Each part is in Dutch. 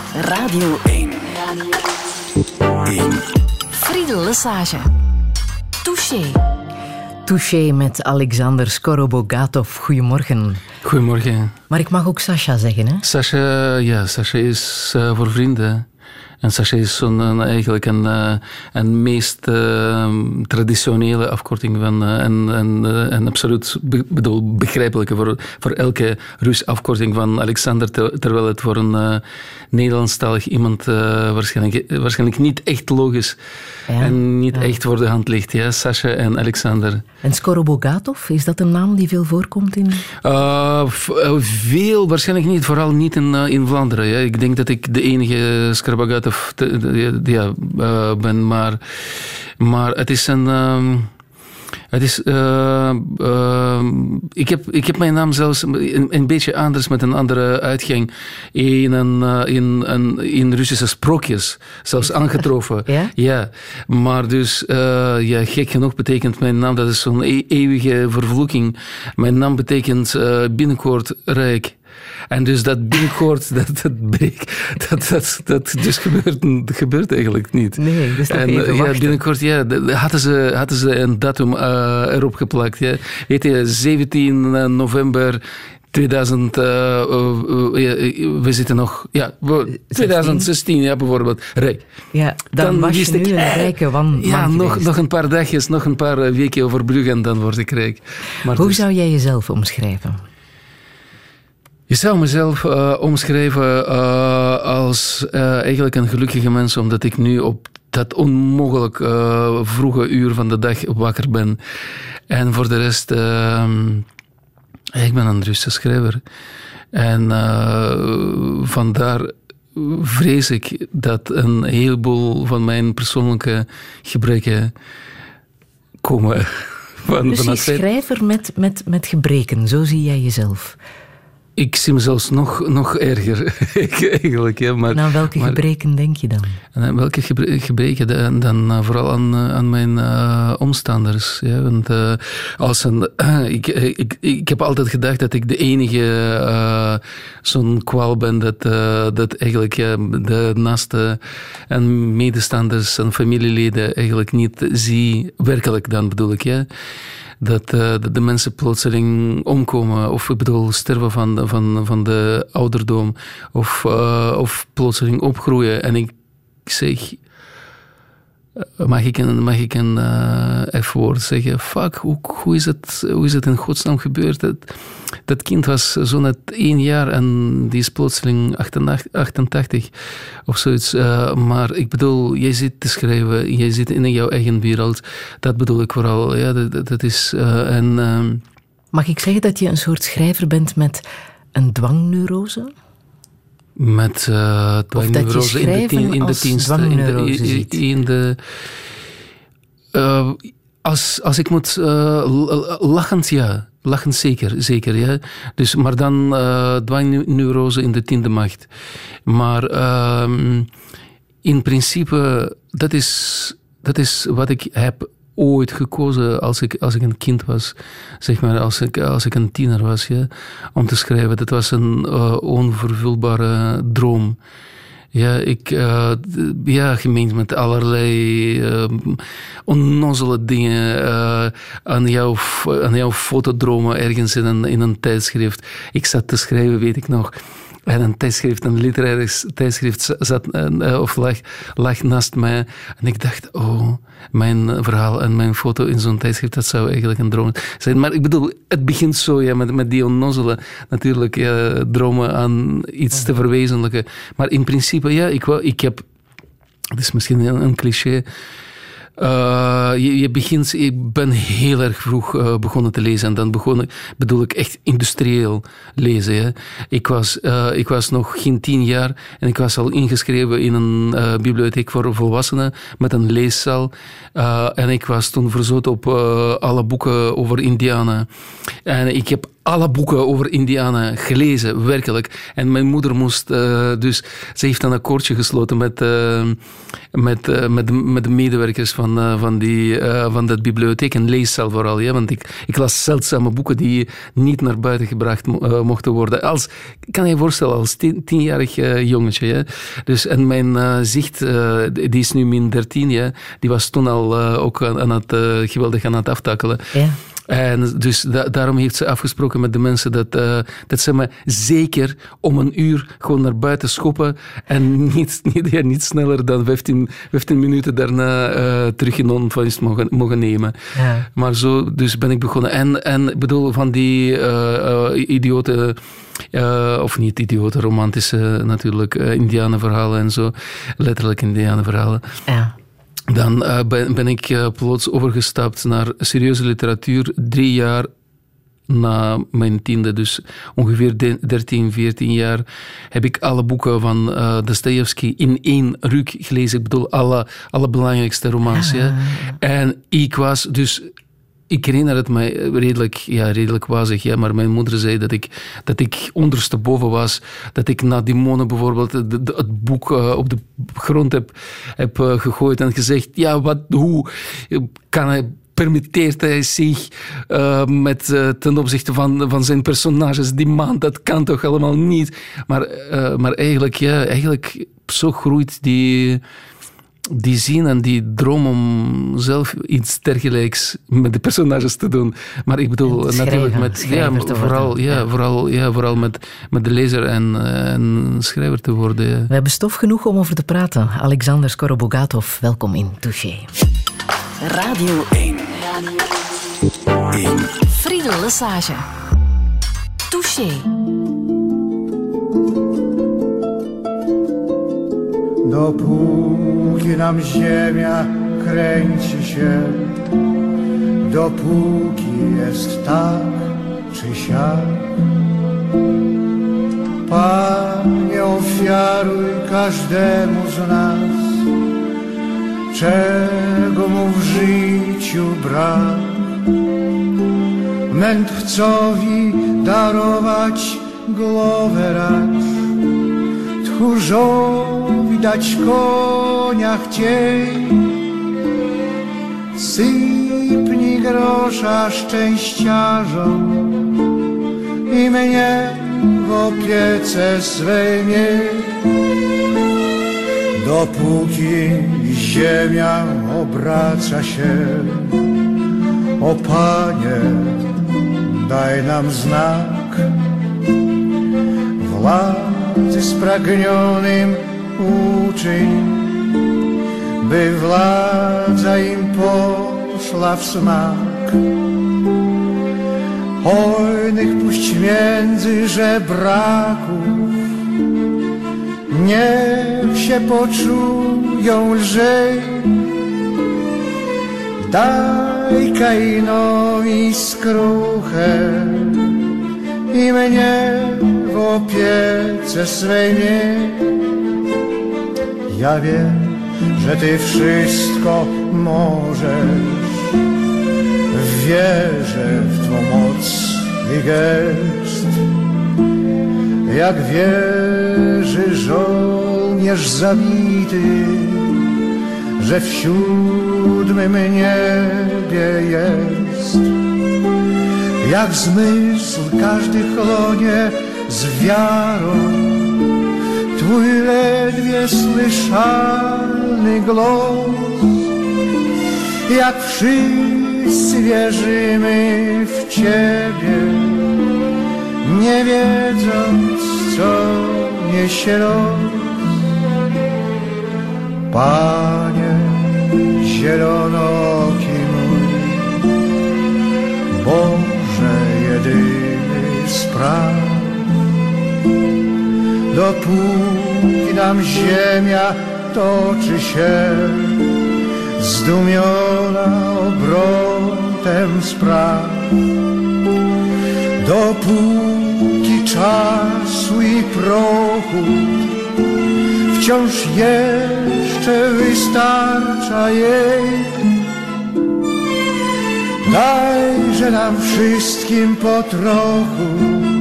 Radio 1. Friedel Lesage. Touché. Touché met Alexander Skorobogatov. Goedemorgen. Goedemorgen. Maar ik mag ook Sasha zeggen, hè? Sasha is voor vrienden. En Sasha is eigenlijk een meest traditionele afkorting van en absoluut begrijpelijke voor elke Rus afkorting van Alexander, terwijl het voor een Nederlandstalig iemand waarschijnlijk niet echt logisch en niet echt voor de hand ligt. Ja, Sasha en Alexander. En Skorobogatov, is dat een naam die veel voorkomt in? Veel, waarschijnlijk niet. Vooral niet in Vlaanderen. Ja. Ik denk dat ik de enige Skorobogatov ben, maar het is een... Ik heb mijn naam zelfs een beetje anders met een andere uitgang in Russische sprookjes zelfs aangetroffen. Ja? Ja, maar dus gek genoeg betekent mijn naam, dat is zo'n eeuwige vervloeking. Mijn naam betekent binnenkort rijk. En dus dat binnenkort, dat dus gebeurt eigenlijk niet. Nee, dat is toch even wachten. Binnenkort, hadden ze een datum erop geplakt. Ja. Weet je, 17 november 2000, we zitten nog... Ja, 2016, ja, bijvoorbeeld. Rijk. Ja, dan was je nu een rijke man. Ja, nog een paar dagjes, nog een paar weken overbruggen en dan word ik rijk. Maar hoe zou jij jezelf omschrijven? Je zou mezelf omschrijven als eigenlijk een gelukkige mens, omdat ik nu op dat onmogelijk vroege uur van de dag wakker ben. En voor de rest, ik ben een Russische schrijver. En vandaar vrees ik dat een heleboel van mijn persoonlijke gebreken komen van dus je schrijver met gebreken, zo zie jij jezelf? Ik zie mezelf nog erger, eigenlijk. Ja, maar, aan welke gebreken denk je dan? Aan welke gebreken? Dan vooral aan mijn omstanders. Ja, want ik heb altijd gedacht dat ik de enige zo'n kwaal ben dat eigenlijk de naaste en medestanders en familieleden eigenlijk niet zie. Werkelijk dan bedoel ik, ja. Dat de mensen plotseling omkomen, of ik bedoel sterven van de ouderdom, of plotseling opgroeien. En ik zeg, mag ik een F-woord zeggen? Fuck, hoe is het in godsnaam gebeurd? Dat kind was zo net 1 jaar en die is plotseling 88 of zoiets. Maar ik bedoel, jij zit te schrijven, jij zit in jouw eigen wereld. Dat bedoel ik vooral. Ja, dat is... Mag ik zeggen dat je een soort schrijver bent met een dwangneurose? Met dwangneurose in de dienst. Als ik moet lachend, ja. Lachend zeker, ja. Dus, maar dan dwangneurose in de 10e macht. Maar in principe, dat is wat ik heb ooit gekozen als ik een kind was. Zeg maar, als ik een tiener was, ja, om te schrijven. Dat was een onvervulbare droom. Ja, gemengd met allerlei onnozele dingen aan jouw fotodromen ergens in een tijdschrift. Ik zat te schrijven, weet ik nog. En een literair tijdschrift lag naast mij. En ik dacht, mijn verhaal en mijn foto in zo'n tijdschrift, dat zou eigenlijk een droom zijn. Maar ik bedoel, het begint zo, ja, met die onnozele, natuurlijk, ja, dromen aan iets te verwezenlijken. Maar in principe, ja, ik heb... Het is misschien een cliché... Ik ben heel erg vroeg begonnen te lezen. En dan bedoel ik echt industrieel lezen. Hè. Ik was nog geen 10 jaar en ik was al ingeschreven in een bibliotheek voor volwassenen met een leeszaal. En ik was toen verzoot op alle boeken over Indianen. En ik heb alle boeken over Indianen gelezen, werkelijk. En mijn moeder moest, dus ze heeft een akkoordje gesloten met de medewerkers van dat bibliotheek. En lees zelf vooral, ja, want ik las zeldzame boeken die niet naar buiten gebracht mochten worden. Kan je je voorstellen, als 10-jarig jongetje. Ja? Dus, en mijn zicht, die is nu min 13, ja? Die was toen al ook geweldig aan het aftakelen. Ja. En dus daarom heeft ze afgesproken met de mensen dat ze me zeker om een uur gewoon naar buiten schoppen en niet sneller dan 15 minuten daarna terug in ontvangst mogen nemen. Ja. Maar zo dus ben ik begonnen. En ik bedoel, van die idiote... of niet idiote, romantische natuurlijk, indianenverhalen en zo. Letterlijk indianenverhalen. Ja. Dan ben ik plots overgestapt naar serieuze literatuur. 3 jaar na mijn 10e, dus ongeveer 13, 14 jaar, heb ik alle boeken van Dostojevski in 1 ruk gelezen. Ik bedoel, alle belangrijkste romans. Ja. En ik herinner het mij redelijk wazig, ja, maar mijn moeder zei dat ik ondersteboven was, dat ik na Dimone bijvoorbeeld het boek op de grond heb gegooid en gezegd, ja, hoe kan hij... permitteert hij zich ten opzichte van zijn personages, die man, dat kan toch allemaal niet. Maar eigenlijk zo groeit die zin en die droom om zelf iets dergelijks met de personages te doen. Maar ik bedoel natuurlijk vooral met de lezer en schrijver te worden. Ja. We hebben stof genoeg om over te praten. Alexander Skorobogatov, welkom in Touché. Radio 1. Friedel Lesage. Touché. Dopóki nam ziemia kręci się, dopóki jest tak czy siak, Panie, ofiaruj każdemu z nas, czego mu w życiu brak. Mędrcowi darować głowę racz, tchórzowi dać konia chciej. Sypnij grosza szczęściarzom i mnie w opiece swej miej. Dopóki ziemia obraca się, o Panie, daj nam znak. Władzy spragnionym uczyń, by władza im poszła w smak. Hojnych puść między żebraków, niech się poczują lżej. Daj Kainowi skruchę i mnie w opiece swej miej. Ja wiem, że Ty wszystko możesz, wierzę w Twą moc i gest. Jak wierzy żołnierz zabity, że w 7. niebie jest. Jak zmysł każdy chłonie z wiarą Twój ledwie słyszalny głos. Jak wszyscy wierzymy w Ciebie, nie wiedząc, co niesie los. Panie, zielonooki mój, Boże jedyny spraw. Dopóki nam ziemia toczy się, zdumiona obrotem spraw. Dopóki czasu i prochu wciąż jeszcze wystarcza jej, Dajże nam wszystkim po trochu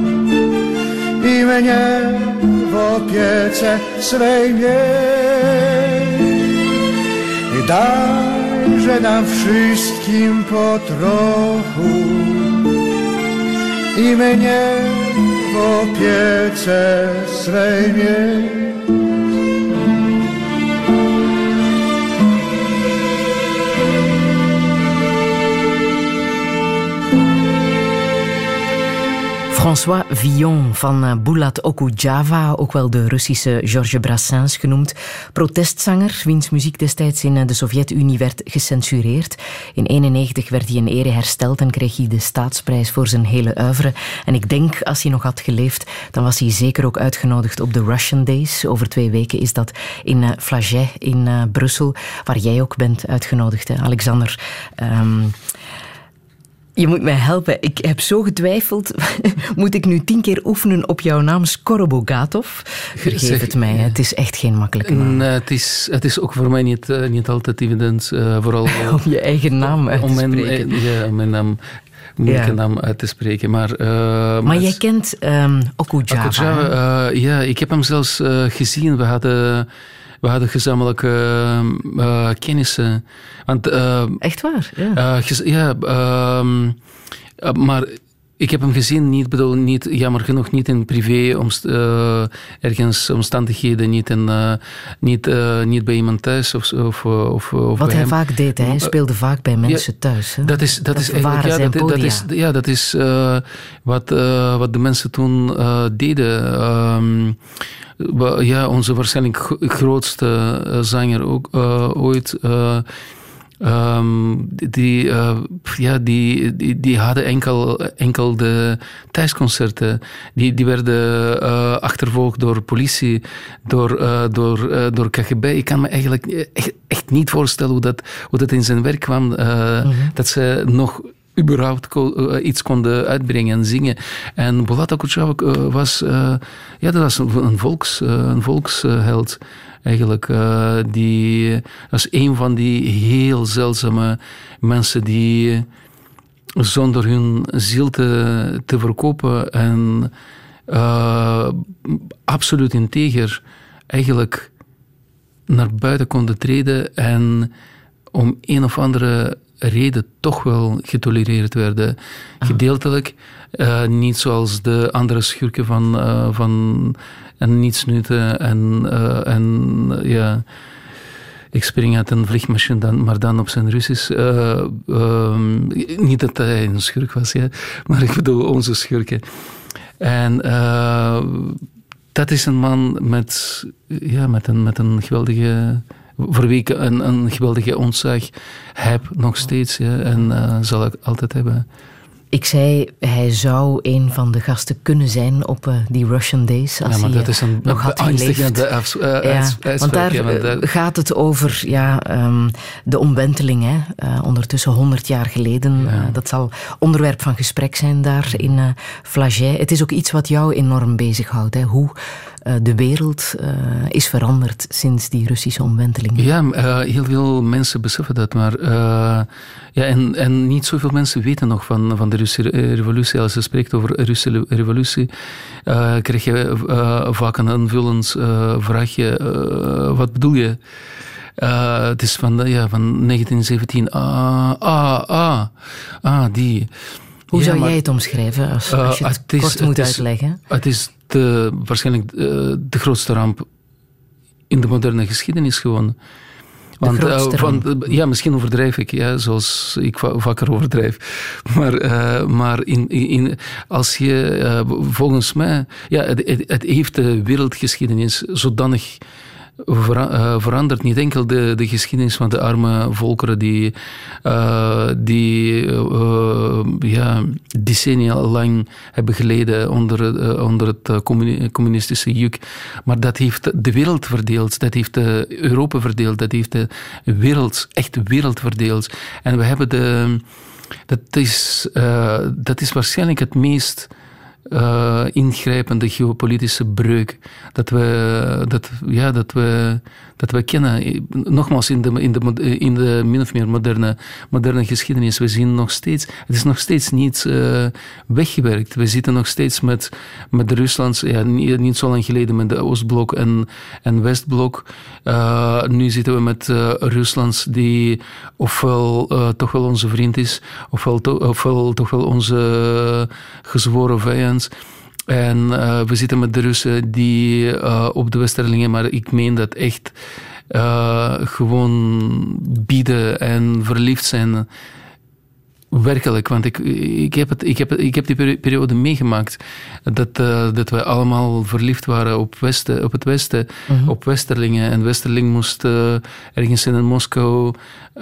i mnie w opiece swej miej. I dajże nam wszystkim po trochu i mnie w opiece swej miej. François Villon van Bulat Okudjava, ook wel de Russische Georges Brassens genoemd. Protestzanger, wiens muziek destijds in de Sovjet-Unie werd gecensureerd. In 1991 werd hij in ere hersteld en kreeg hij de staatsprijs voor zijn hele oeuvre. En ik denk, als hij nog had geleefd, dan was hij zeker ook uitgenodigd op de Russian Days. Over 2 weken is dat in Flagey in Brussel, waar jij ook bent uitgenodigd, hè, Alexander. Je moet mij helpen. Ik heb zo getwijfeld. Moet ik nu 10 keer oefenen op jouw naam? Skorobogatov? Vergeef het mij. Het is echt geen makkelijke naam. Nee, het is ook voor mij niet altijd evident. Vooral om je eigen naam uit te spreken. Om mijn naam... moeilijke naam uit te spreken. Maar jij kent Okudjava. Okudjava, ja, ik heb hem zelfs gezien. We hadden gezamenlijke kennissen. Want, echt waar? Ja. Maar ik heb hem gezien, niet, jammer genoeg, niet in privé, ergens omstandigheden, niet bij iemand thuis. Of wat bij hij hem. Vaak deed, hij speelde vaak bij mensen thuis. Hè? Dat is eigenlijk, dat is wat de mensen toen deden. Onze waarschijnlijk grootste zanger ook ooit. Die hadden enkel de thuisconcerten. Die werden achtervolgd door politie, door KGB. Ik kan me eigenlijk echt niet voorstellen hoe dat in zijn werk kwam. Dat ze nog überhaupt iets konden uitbrengen en zingen. En Bulat Okudjava was een volksheld. Eigenlijk, die was een van die heel zeldzame mensen die zonder hun ziel te verkopen en absoluut integer eigenlijk naar buiten konden treden en om een of andere reden toch wel getolereerd werden. Gedeeltelijk, niet zoals de andere schurken van en nietsnutten en ik spring uit een vliegmachine, maar dan op zijn Russisch. Niet dat hij een schurk was, ja, maar ik bedoel onze schurken. En dat is een man met een geweldige... voor wie ik een geweldige ontzag heb, nog steeds. Ja, en zal ik altijd hebben. Ik zei, hij zou een van de gasten kunnen zijn op die Russian Days. Als maar hij dat is een nog had geleefd. Want daar gaat het over de omwenteling. Hè. Ondertussen 100 jaar geleden. Ja. Dat zal onderwerp van gesprek zijn daar in Flagey. Het is ook iets wat jou enorm bezighoudt. Hè. Hoe de wereld is veranderd sinds die Russische omwenteling. Ja, heel veel mensen beseffen dat, maar en niet zoveel mensen weten nog van de Russische revolutie. Als je spreekt over de Russische revolutie, krijg je vaak een aanvullend vraagje. Wat bedoel je? Het is van 1917. Die. Hoe zou jij het omschrijven als je het kort moet uitleggen? Het is waarschijnlijk de grootste ramp in de moderne geschiedenis gewoon. Want, misschien overdrijf ik, zoals ik vaker overdrijf. Maar als je volgens mij... Ja, het heeft de wereldgeschiedenis zodanig veranderd. Niet enkel de geschiedenis van de arme volkeren die decennia lang hebben geleden onder het communistische juk. Maar dat heeft de wereld verdeeld. Dat heeft Europa verdeeld. Dat heeft de wereld verdeeld. En we hebben dat is waarschijnlijk het meest ingrijpende geopolitische breuk dat we kennen. Nogmaals, in de min of meer moderne geschiedenis, we zien nog steeds, het is nog steeds niet weggewerkt. We zitten nog steeds met Rusland, niet zo lang geleden met de Oostblok en Westblok. Nu zitten we met Rusland, die ofwel toch wel onze vriend is, ofwel toch wel onze gezworen vijand. En we zitten met de Russen die op de Westerlingen, maar ik meen dat echt gewoon bieden en verliefd zijn. Werkelijk, want ik heb die periode meegemaakt dat we allemaal verliefd waren op het Westen, op Westerlingen. En Westerling moest ergens in Moskou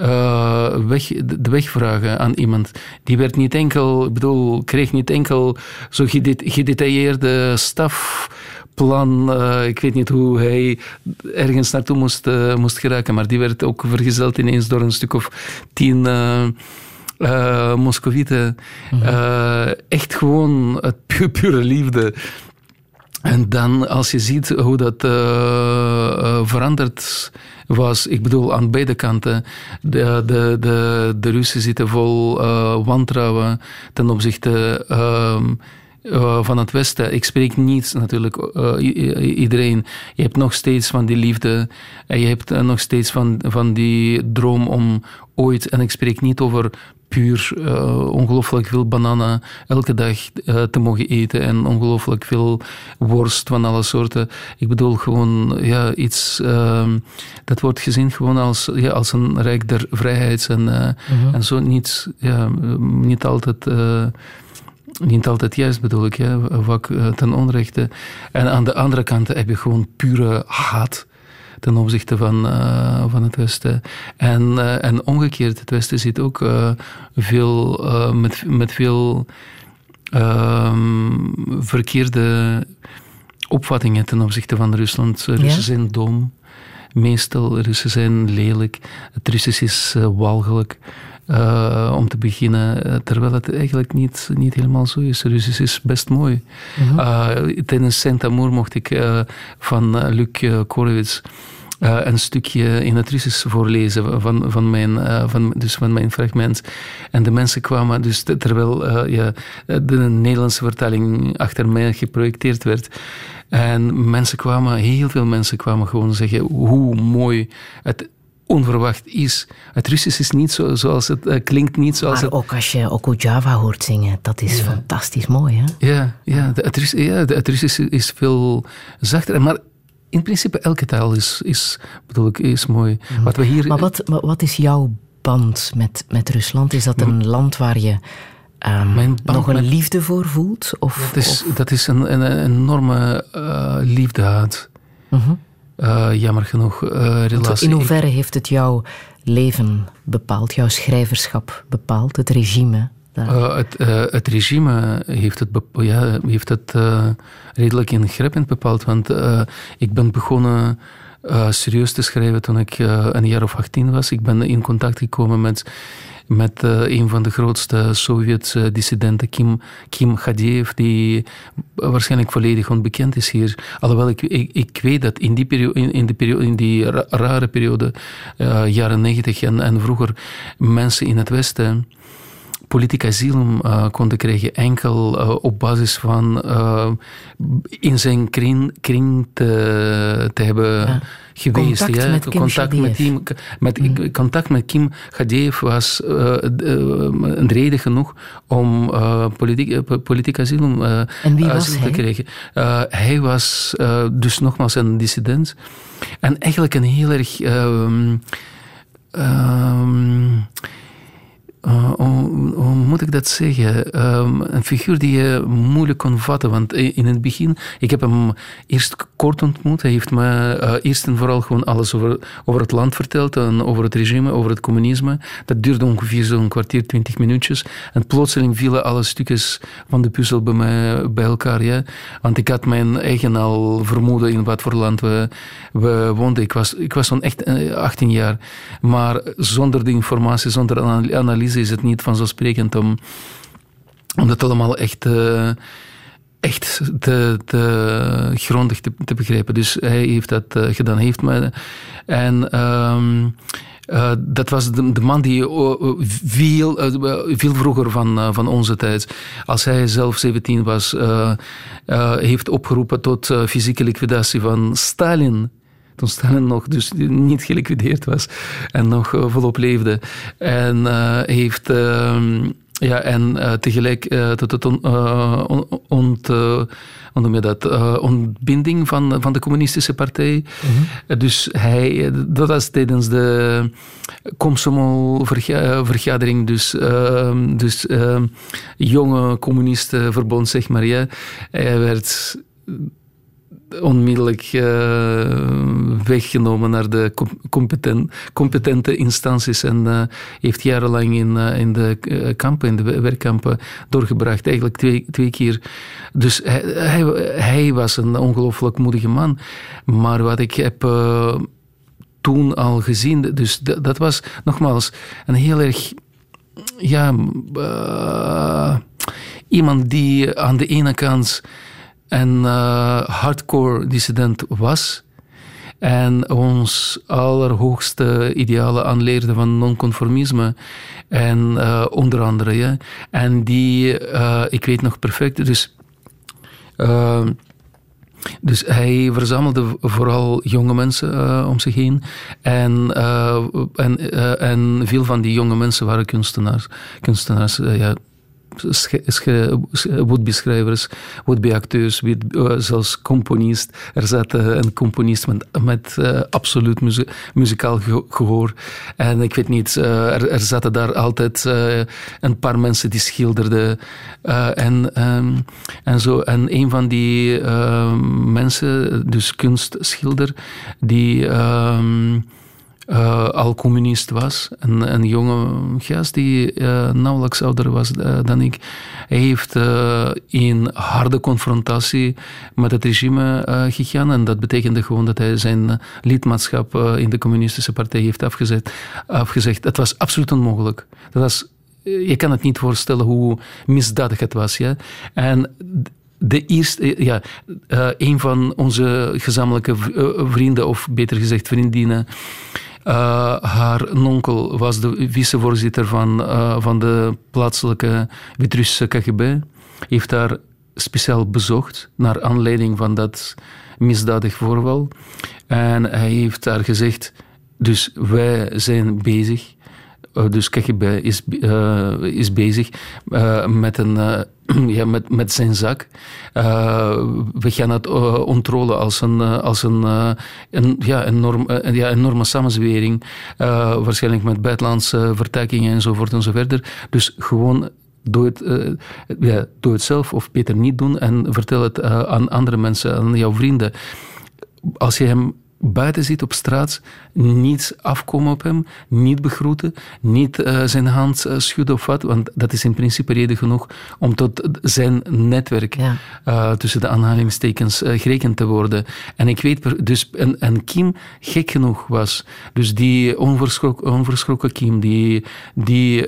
de weg vragen aan iemand. Die werd niet enkel, kreeg niet enkel zo gedetailleerde stafplan. Ik weet niet hoe hij ergens naartoe moest geraken, maar die werd ook vergezeld ineens door een stuk of 10... Moscovieten. Echt gewoon het pure liefde. En dan, als je ziet hoe dat veranderd was, ik bedoel aan beide kanten, de Russen zitten vol wantrouwen ten opzichte van het Westen. Ik spreek niet natuurlijk iedereen. Je hebt nog steeds van die liefde en je hebt nog steeds van die droom om ooit, en ik spreek niet over puur ongelooflijk veel bananen elke dag te mogen eten en ongelooflijk veel worst van alle soorten. Ik bedoel gewoon iets dat wordt gezien gewoon als een rijk der vrijheid en zo niet altijd juist, bedoel ik, vaak ten onrechte. En aan de andere kant heb je gewoon pure haat ten opzichte van het Westen. En omgekeerd, het Westen zit ook met veel verkeerde opvattingen ten opzichte van Rusland. Russen zijn dom, meestal Russen zijn lelijk, het Russisch is walgelijk. Om te beginnen, terwijl het eigenlijk niet helemaal zo is. Russisch is best mooi. Tijdens Saint-Amour mocht ik van Luc Korowitz een stukje in het Russisch voorlezen van mijn fragment. En de mensen kwamen, dus terwijl de Nederlandse vertaling achter mij geprojecteerd werd. En heel veel mensen kwamen gewoon zeggen hoe mooi het onverwacht is. Het Russisch is niet zoals het klinkt, niet zoals maar ook als je Okujava hoort zingen, dat is fantastisch mooi, hè? Het Russisch is veel zachter, maar in principe elke taal is mooi. Wat we hier... Maar wat is jouw band met Rusland? Is dat een land waar je nog een liefde voor voelt? Dat is een enorme liefde-haat. Jammer genoeg relatie. In hoeverre heeft het jouw leven bepaald, jouw schrijverschap bepaald, het regime? Het regime heeft het redelijk ingrijpend bepaald, want ik ben begonnen serieus te schrijven toen ik een jaar of 18 was. Ik ben in contact gekomen met een van de grootste Sovjet-dissidenten, Kim Khadiev, die waarschijnlijk volledig onbekend is hier. Alhoewel ik weet dat in die rare periode, jaren 90 en vroeger, mensen in het Westen politiek asiel konden krijgen enkel op basis van in zijn kring te hebben geweest. Contact met Kim Khadiev was een reden genoeg om politiek asiel te krijgen. Hij was dus nogmaals een dissident. En eigenlijk een heel erg... hoe moet ik dat zeggen? Een figuur die je moeilijk kon vatten. Want in het begin, ik heb hem eerst kort ontmoet. Hij heeft me eerst en vooral gewoon alles over het land verteld. En over het regime, over het communisme. Dat duurde ongeveer zo'n kwartier, 20 minuutjes. En plotseling vielen alle stukjes van de puzzel bij mij bij elkaar. Ja? Want ik had mijn eigen al vermoeden in wat voor land we woonden. Ik was zo'n echt 18 jaar. Maar zonder de informatie, zonder analyse is het niet vanzelfsprekend om dat allemaal echt echt te grondig te begrijpen. Dus hij heeft dat gedaan. En dat was de man die veel vroeger van onze tijd, als hij zelf 17 was, heeft opgeroepen tot fysieke liquidatie van Stalin. Toen Stalin nog dus niet geliquideerd was en nog volop leefde. En heeft... tegelijk tot het ontbinding van de communistische partij. Mm-hmm. Dus dat was tijdens de Komsomol-vergadering, dus jonge communistenverbond, zeg maar. Ja. Hij werd onmiddellijk weggenomen naar de competente instanties en heeft jarenlang in de kampen, in de werkkampen doorgebracht. Eigenlijk twee keer. Dus hij was een ongelooflijk moedige man. Maar wat ik heb toen al gezien, dus dat was nogmaals een heel erg... iemand die aan de ene kant een hardcore dissident was en ons allerhoogste idealen aanleerde van nonconformisme en onder andere, ja. En die, ik weet nog perfect, dus hij verzamelde vooral jonge mensen om zich heen en veel van die jonge mensen waren kunstenaars, would-be-schrijvers, would-be-acteurs, zelfs componist. Er zat een componist met absoluut muzikaal gehoor. En ik weet niet, er zaten daar altijd een paar mensen die schilderden. En zo. En een van die mensen, dus kunstschilder, die... al communist was. Een jonge gast die nauwelijks ouder was dan ik. Hij heeft in harde confrontatie met het regime gegaan. En dat betekende gewoon dat hij zijn lidmaatschap in de communistische partij heeft afgezegd. Het was absoluut onmogelijk. Je kan het niet voorstellen hoe misdadig het was. Ja? En de eerste, een van onze gezamenlijke vrienden, of beter gezegd vriendinnen, haar nonkel was de vicevoorzitter van de plaatselijke Wit-Russische KGB. Heeft haar speciaal bezocht naar aanleiding van dat misdadig voorval. En hij heeft daar gezegd, dus wij zijn bezig, dus KGB is bezig met zijn zak. We gaan het ontrollen als een enorme samenzwering. Waarschijnlijk met buitenlandse vertakkingen enzovoort en zo verder. Dus gewoon doe het zelf of beter niet doen en vertel het aan andere mensen, aan jouw vrienden. Als je hem buiten ziet op straat, niet afkomen op hem, niet begroeten, niet zijn hand schudden of wat, want dat is in principe reden genoeg om tot zijn netwerk tussen de aanhalingstekens gerekend te worden. En ik weet, dus en Kim gek genoeg was, dus die onverschrokken Kim, die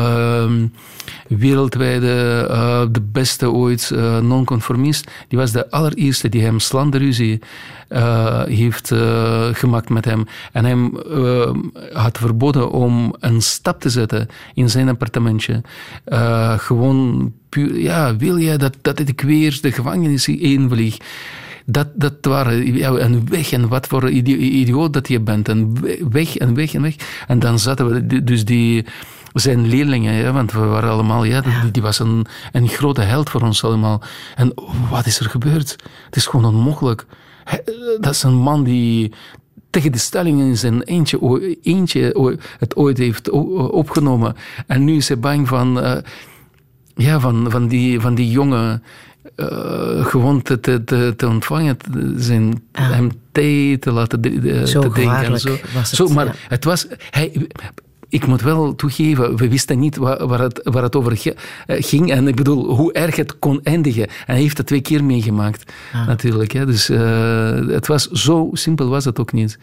wereldwijde, de beste ooit nonconformist, die was de allereerste die hem slanderruzie heeft gemaakt met hem. En hem had verboden om een stap te zetten in zijn appartementje. Gewoon puur, wil jij dat ik weer de gevangenis invlieg? Dat waren, en weg, en wat voor idioot dat je bent. En weg, en weg, en weg. En dan zaten we, dus zijn leerlingen, want we waren allemaal, die was een grote held voor ons allemaal. En wat is er gebeurd? Het is gewoon onmogelijk. Dat is een man die tegen de stellingen in zijn eentje het ooit heeft opgenomen. En nu is hij bang van die jongen gewoon te ontvangen, hem thee te laten drinken. En zo. Was het, maar het was... Ik moet wel toegeven, we wisten niet waar het over ging. En ik bedoel, hoe erg het kon eindigen. En hij heeft het 2 keer meegemaakt, natuurlijk. Hè. Dus het was zo simpel was het ook niet.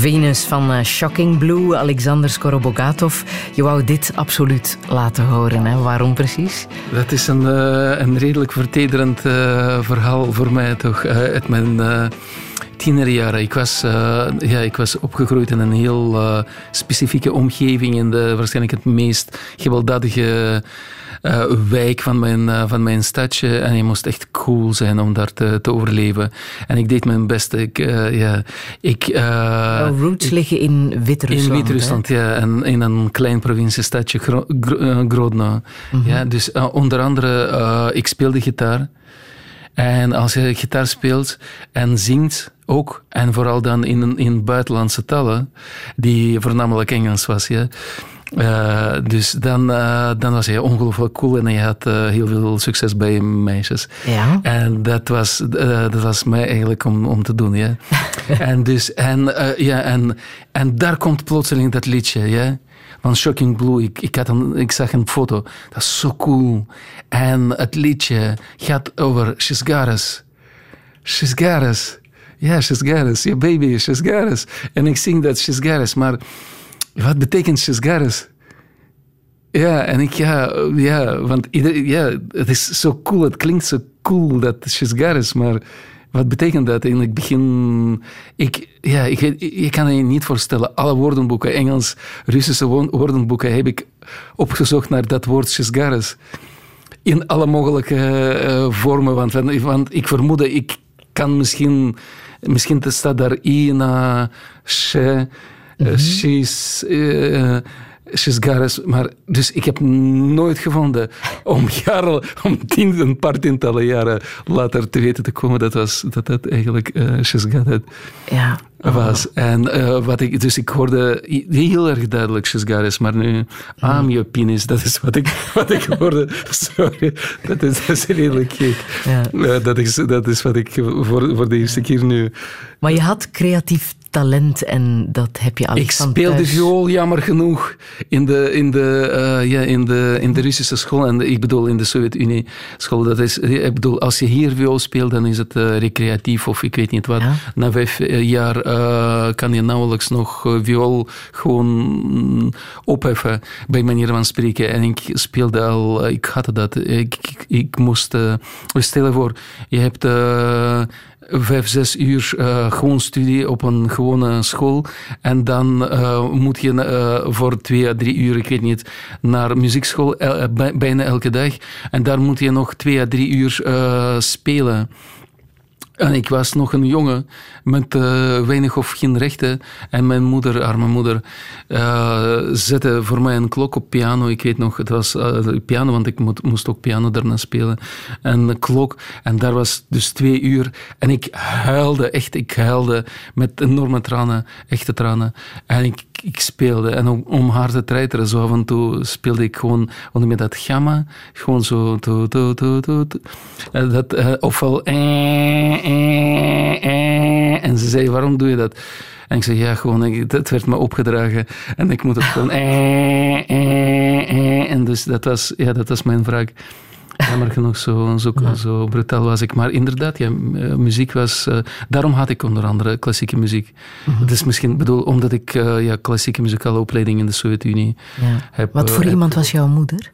Venus van Shocking Blue, Alexander Skorobogatov. Je wou dit absoluut laten horen, hè? Waarom precies? Dat is een redelijk vertederend verhaal voor mij toch. Uit mijn tienerjaren. Ik was opgegroeid in een heel specifieke omgeving, in waarschijnlijk het meest gewelddadige wijk van mijn stadje. En je moest echt cool zijn om daar te overleven. En ik deed mijn best. Roots liggen in Wit-Rusland. In Wit-Rusland, ja. En in een klein provinciestadje, Grodno. Mm-hmm. Ja, dus onder andere, ik speelde gitaar. En als je gitaar speelt en zingt ook, en vooral dan in buitenlandse talen, die voornamelijk Engels was, ja. Dus dan was hij ongelooflijk cool en hij had heel veel succes bij meisjes. Ja. En dat was mij eigenlijk om te doen, ja. En daar komt plotseling dat liedje, ja. Van Shocking Blue. Ik zag een foto. Dat is zo cool. En het liedje gaat over She's got us. She's got us. Ja, she's got us. Yeah, baby, she's got us. En ik zing dat she's got us. Maar wat betekent she's got us? Ja, en want het is zo cool. Het klinkt zo cool dat she's got us. Maar wat betekent dat? In het begin... Je kan je niet voorstellen. Alle woordenboeken, Engels, Russische woordenboeken, heb ik opgezocht naar dat woord she's got us. In alle mogelijke vormen. Want ik vermoed, ik kan misschien staat daar I na she, she's got us. Maar dus ik heb nooit gevonden om een paar tientallen jaren later te weten te komen dat eigenlijk she's got it was. En ik hoorde heel erg duidelijk she's got us, maar nu I'm your penis, dat is wat ik hoorde. Sorry, dat is redelijk gek. Ja. Dat is wat ik voor de eerste keer nu... Maar je had creatief talent en dat heb je alles van thuis. Ik speelde viool, jammer genoeg, in de Russische school. En ik bedoel, in de Sovjet-Unie school. Dat is, ik bedoel, als je hier viool speelt, dan is het recreatief of ik weet niet wat. Ja. Na 5 jaar kan je nauwelijks nog viool gewoon opheffen, bij manier van spreken. En ik speelde al, ik had dat. Ik moest, stel je voor, je hebt 5-6 uur gewoon studie op een gewone school. En dan moet je voor 2 à 3 uur, ik weet niet, naar muziekschool bijna elke dag. En daar moet je nog 2 à 3 uur spelen. En ik was nog een jongen met weinig of geen rechten. En mijn moeder, arme moeder, zette voor mij een klok op piano. Ik weet nog, het was piano, want ik moest ook piano daarna spelen. En een klok. En daar was dus 2 uur. En ik huilde met enorme tranen, echte tranen. En ik speelde. En om haar te treiteren, zo af en toe speelde ik gewoon met dat gamma. Gewoon zo... Ofwel... En ze zei, waarom doe je dat? En ik zei, ja, gewoon, het werd me opgedragen. En ik moet het gewoon... En dus dat was mijn vraag. Jammer genoeg, zo brutaal was ik. Maar inderdaad, ja, muziek was... daarom had ik onder andere klassieke muziek. Mm-hmm. Het is misschien, bedoel, omdat ik klassieke muzikale opleiding in de Sovjet-Unie heb. Wat voor iemand was jouw moeder?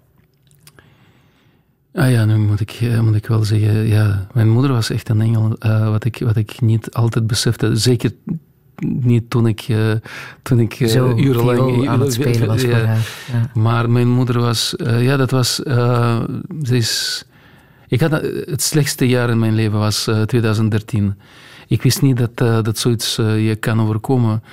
Nu moet ik wel zeggen, ja, mijn moeder was echt een engel, wat ik niet altijd besefte. Zeker niet toen ik urenlang aan het spelen was voor haar. Ja. Maar mijn moeder was, ik had het slechtste jaar in mijn leven was 2013. Ik wist niet dat zoiets je kan overkomen.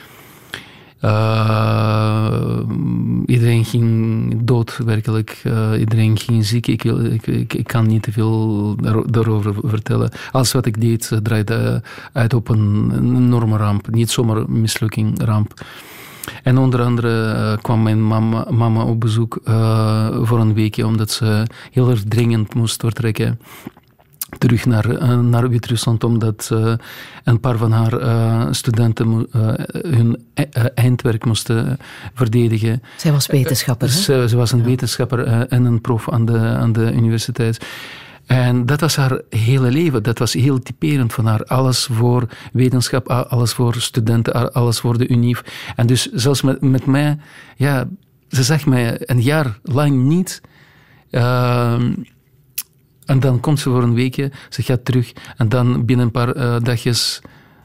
Iedereen ging dood, werkelijk. Iedereen ging ziek. Ik kan niet te veel daarover vertellen. Alles wat ik deed draaide uit op een enorme ramp. Niet zomaar mislukking, ramp. En onder andere kwam mijn mama op bezoek voor een weekje, omdat ze heel erg dringend moest vertrekken. Terug naar Wit-Rusland, omdat een paar van haar studenten hun eindwerk moesten verdedigen. Zij was wetenschapper, hè? Ze was een wetenschapper en een prof aan de universiteit. En dat was haar hele leven. Dat was heel typerend van haar. Alles voor wetenschap, alles voor studenten, alles voor de UNIF. En dus zelfs met mij, ja, ze zag mij een jaar lang niet. En dan komt ze voor een weekje, ze gaat terug. En dan binnen een paar dagjes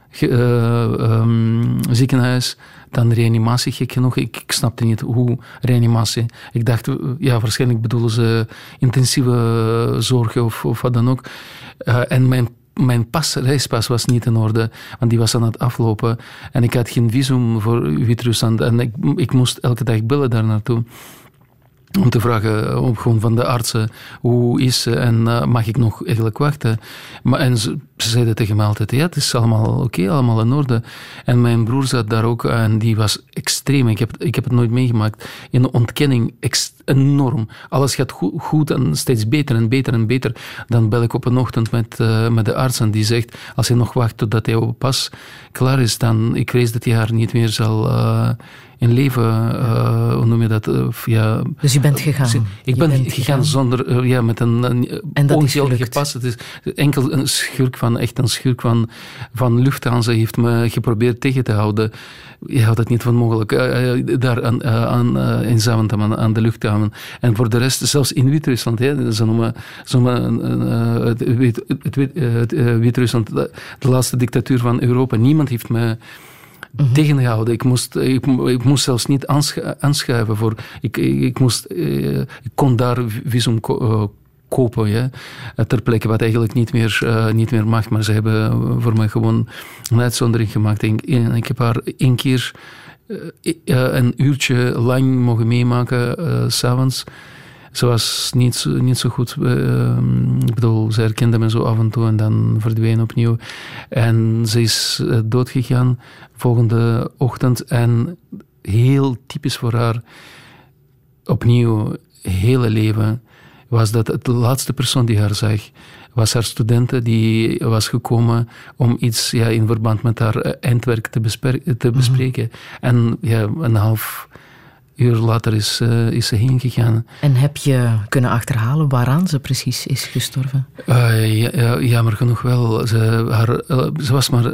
ziekenhuis. Dan reanimatie, gek genoeg. Ik snapte niet hoe reanimatie. Ik dacht, ja, waarschijnlijk bedoelen ze intensieve zorg of wat dan ook. En mijn reispas was niet in orde, want die was aan het aflopen. En ik had geen visum voor Wit-Rusland. En ik moest elke dag bellen daar naartoe. Om te vragen, gewoon van de artsen, hoe is ze en mag ik nog eigenlijk wachten? En ze zeiden tegen mij altijd, ja, het is allemaal oké, allemaal in orde. En mijn broer zat daar ook en die was extreem. Ik heb het nooit meegemaakt. In de ontkenning, enorm. Alles gaat goed en steeds beter en beter en beter. Dan bel ik op een ochtend met de arts en die zegt, als hij nog wacht totdat hij pas klaar is, dan ik vrees dat hij haar niet meer zal in leven, hoe noem je dat? Ja, dus je bent gegaan? Ik ben gegaan zonder, met een ongeldige pas. Het is enkel een schurk van Lufthansa heeft me geprobeerd tegen te houden. Je houdt het niet van mogelijk. Daar in Zaventem aan de luchthaven. En voor de rest, zelfs in Wit-Rusland, ze noemen Wit-Rusland de laatste dictatuur van Europa. Niemand heeft me tegengehouden. Ik moest zelfs niet aanschuiven voor. Ik kon daar visum kopen, ja, ter plekke, wat eigenlijk niet meer mag. Maar ze hebben voor mij gewoon een uitzondering gemaakt. Ik heb haar 1 keer een uurtje lang mogen meemaken, 's avonds. Ze was niet zo goed. Ik bedoel, ze herkende me zo af en toe en dan verdween opnieuw. En ze is doodgegaan volgende ochtend. En heel typisch voor haar, opnieuw, hele leven, was dat de laatste persoon die haar zag, was haar studente die was gekomen om iets in verband met haar eindwerk te bespreken. En een half uur later is ze heen gegaan. En heb je kunnen achterhalen waaraan ze precies is gestorven? Jammer genoeg wel. Ze was maar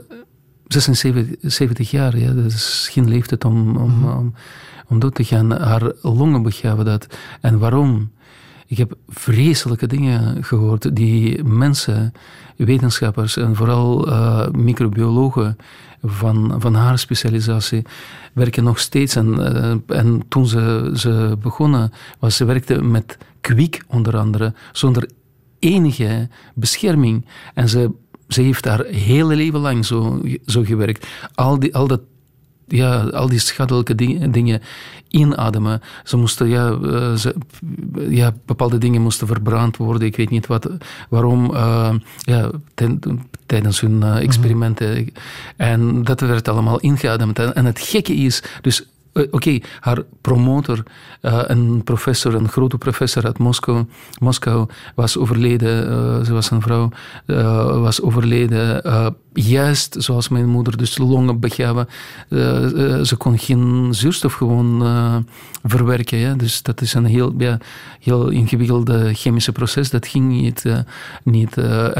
76 jaar. Ja. Dat is geen leeftijd om dood te gaan. Haar longen begaven dat. En waarom? Ik heb vreselijke dingen gehoord die mensen, wetenschappers en vooral microbiologen van haar specialisatie werken nog steeds. En toen ze begonnen, ze werkte met kwik onder andere, zonder enige bescherming. En ze heeft haar hele leven lang zo gewerkt. Al die schadelijke dingen inademen. Ze moesten, bepaalde dingen moesten verbrand worden. Ik weet niet waarom. Tijdens hun experimenten. En dat werd allemaal ingeademd. En het gekke is, dus haar promotor, een grote professor uit Moskou, was overleden. Ze was een vrouw, was overleden. Juist zoals mijn moeder, dus longen begaven. Ze kon geen zuurstof gewoon verwerken. Ja? Dus dat is een heel ingewikkelde chemische proces. Dat ging niet.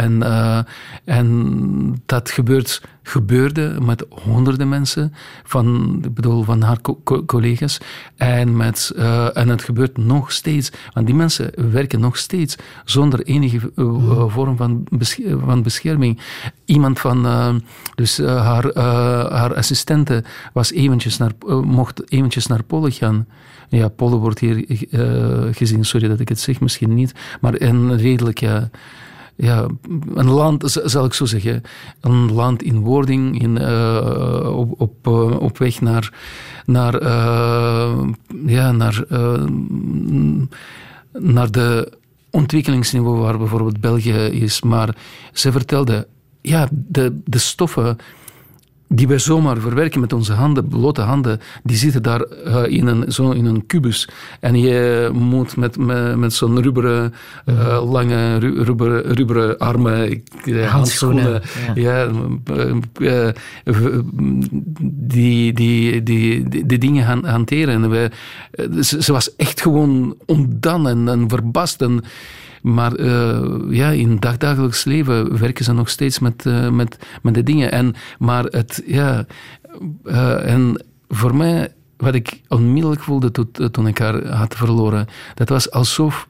En dat gebeurde met honderden mensen van haar collega's. En het gebeurt nog steeds. Want die mensen werken nog steeds zonder enige vorm van bescherming. Iemand van haar assistente mocht eventjes naar Polen gaan. Ja, Polen wordt hier gezien, sorry dat ik het zeg, misschien niet, maar een redelijk, een land, zal ik zo zeggen, een land in wording, op weg naar de ontwikkelingsniveau waar bijvoorbeeld België is. Maar ze vertelde, de stoffen die wij zomaar verwerken met onze handen, blote handen, die zitten daar in een kubus. En je moet met zo'n rubberen, lange rubberen armen, handschoenen, die dingen hanteren. En ze was echt gewoon ontdaan en verbaasd. Maar in het dagdagelijks leven werken ze nog steeds met de dingen. En voor mij, wat ik onmiddellijk voelde toen ik haar had verloren, dat was alsof...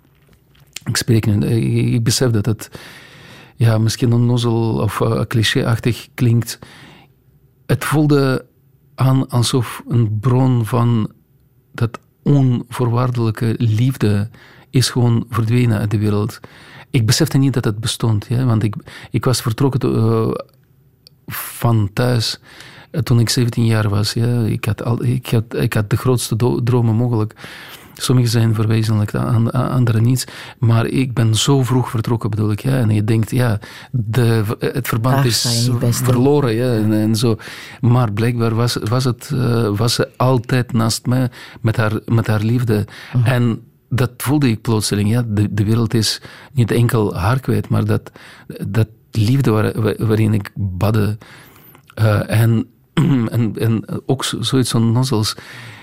Ik besef dat het misschien onnozel of clichéachtig klinkt. Het voelde aan alsof een bron van dat onvoorwaardelijke liefde is gewoon verdwenen uit de wereld. Ik besefte niet dat het bestond, want ik was vertrokken van thuis toen ik 17 jaar was. Ik had de grootste dromen mogelijk. Sommigen zijn verwezenlijkt, anderen niet. Maar ik ben zo vroeg vertrokken, bedoel ik. En je denkt, het verband is verloren. En zo. Maar blijkbaar was ze altijd naast mij met haar liefde. Uh-huh. En dat voelde ik plotseling. De wereld is niet enkel haar kwijt, maar dat liefde waarin ik badde. En ook zoiets onnozels.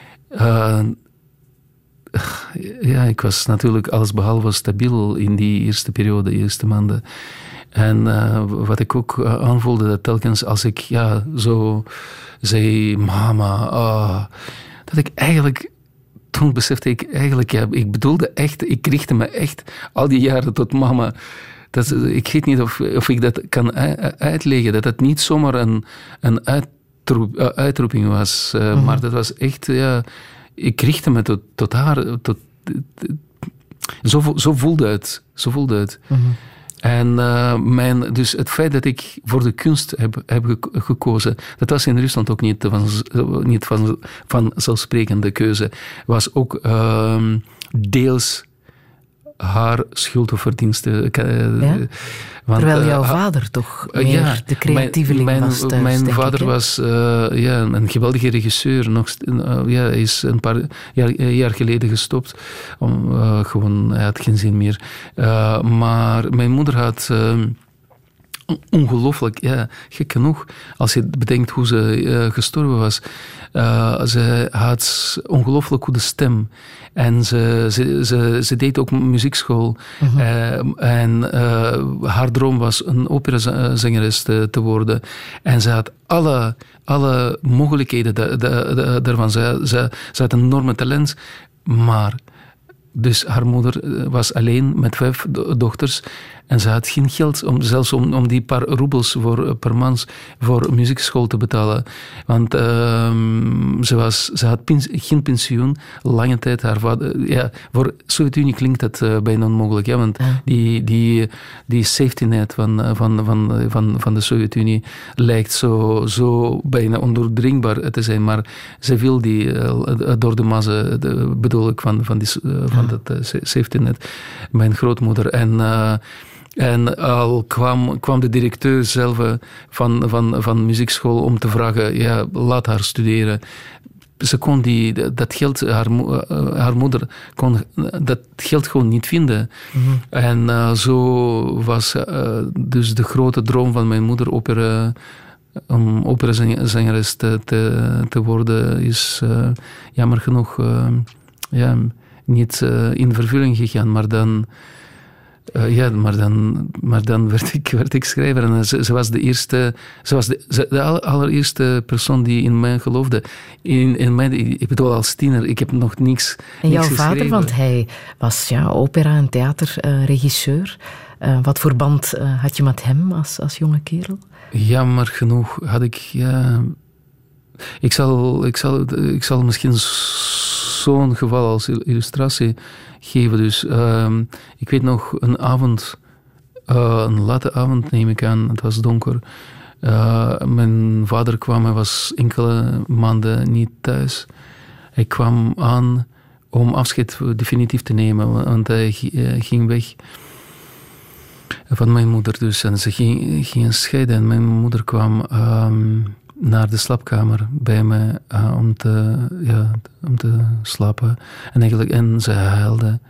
Ik was natuurlijk allesbehalve stabiel in die eerste periode, eerste maanden. En wat ik ook aanvoelde, dat telkens als ik zo zei, mama, dat ik eigenlijk... Toen besefte ik eigenlijk, ik bedoelde echt, ik richtte me echt al die jaren tot mama. Ik weet niet of ik dat kan uitleggen, dat het niet zomaar een uitroeping was, maar dat was echt... Ik richtte me tot haar. Zo voelde het. Mm-hmm. En dus het feit dat ik voor de kunst heb gekozen, dat was in Rusland ook niet vanzelfsprekende keuze. Was ook deels haar schuld of verdienste. Terwijl jouw vader toch meer de creatieveling was thuis, mijn vader was een geweldige regisseur. Hij is een paar jaar geleden gestopt. Hij had geen zin meer. Maar mijn moeder had... ongelooflijk, gek genoeg, als je bedenkt hoe ze gestorven was. Ze had ongelooflijk goede stem. En ze deed ook muziekschool. Uh-huh. En haar droom was een operazangeres te worden. En ze had alle mogelijkheden daarvan. Ze had een enorme talent, maar... Dus haar moeder was alleen met 5 dochters en ze had geen geld om die paar roebels per maand voor muziekschool te betalen. Want ze had geen pensioen, lange tijd. Haar vader, voor Sovjet-Unie klinkt dat bijna onmogelijk, want die safety net van de Sovjet-Unie lijkt zo bijna ondoordringbaar te zijn, maar ze wil die door de mazen, bedoel ik, van dat safety net, mijn grootmoeder. En al kwam de directeur zelf van muziekschool om te vragen, laat haar studeren. Ze kon dat geld, haar moeder kon dat geld gewoon niet vinden. Mm-hmm. En zo was dus de grote droom van mijn moeder om operazangeres te worden, is jammer genoeg niet in vervulling gegaan, maar dan werd ik schrijver. En ze was de allereerste persoon die in mij geloofde. Ik bedoel, als tiener, ik heb nog niks En jouw geschreven. vader, want hij was opera- en theaterregisseur. Wat voor band had je met hem als jonge kerel? Jammer genoeg had ik... Ik zal misschien zo'n geval als illustratie geven. Dus ik weet nog een avond, een late avond neem ik aan, het was donker. Mijn vader kwam, hij was enkele maanden niet thuis. Hij kwam aan om afscheid definitief te nemen, want hij ging weg van mijn moeder dus. En ze gingen scheiden en mijn moeder kwam... naar de slaapkamer bij me om te slapen. En ze huilde.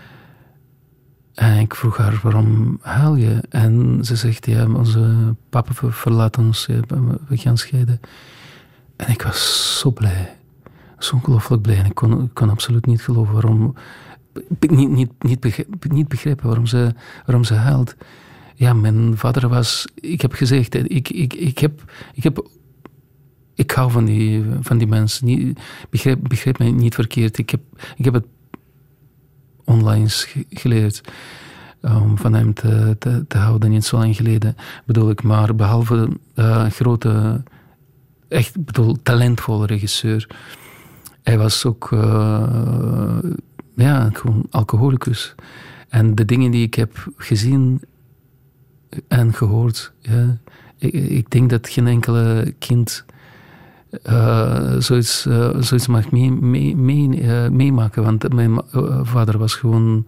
En ik vroeg haar, waarom huil je? En ze zegt, onze papa verlaat ons, we gaan scheiden. En ik was zo blij. Zo ongelooflijk blij. En ik kon absoluut niet geloven waarom niet begrepen waarom ze huilt. Ja, mijn vader was... Ik heb gezegd, ik hou van die mensen. Begrijp mij niet verkeerd. Ik heb het online geleerd van hem te houden, niet zo lang geleden, bedoel ik. Maar behalve grote, echt talentvolle regisseur, hij was ook gewoon alcoholicus. En de dingen die ik heb gezien en gehoord, ja, ik denk dat geen enkele kind zoiets mag meemaken. Want mijn vader was gewoon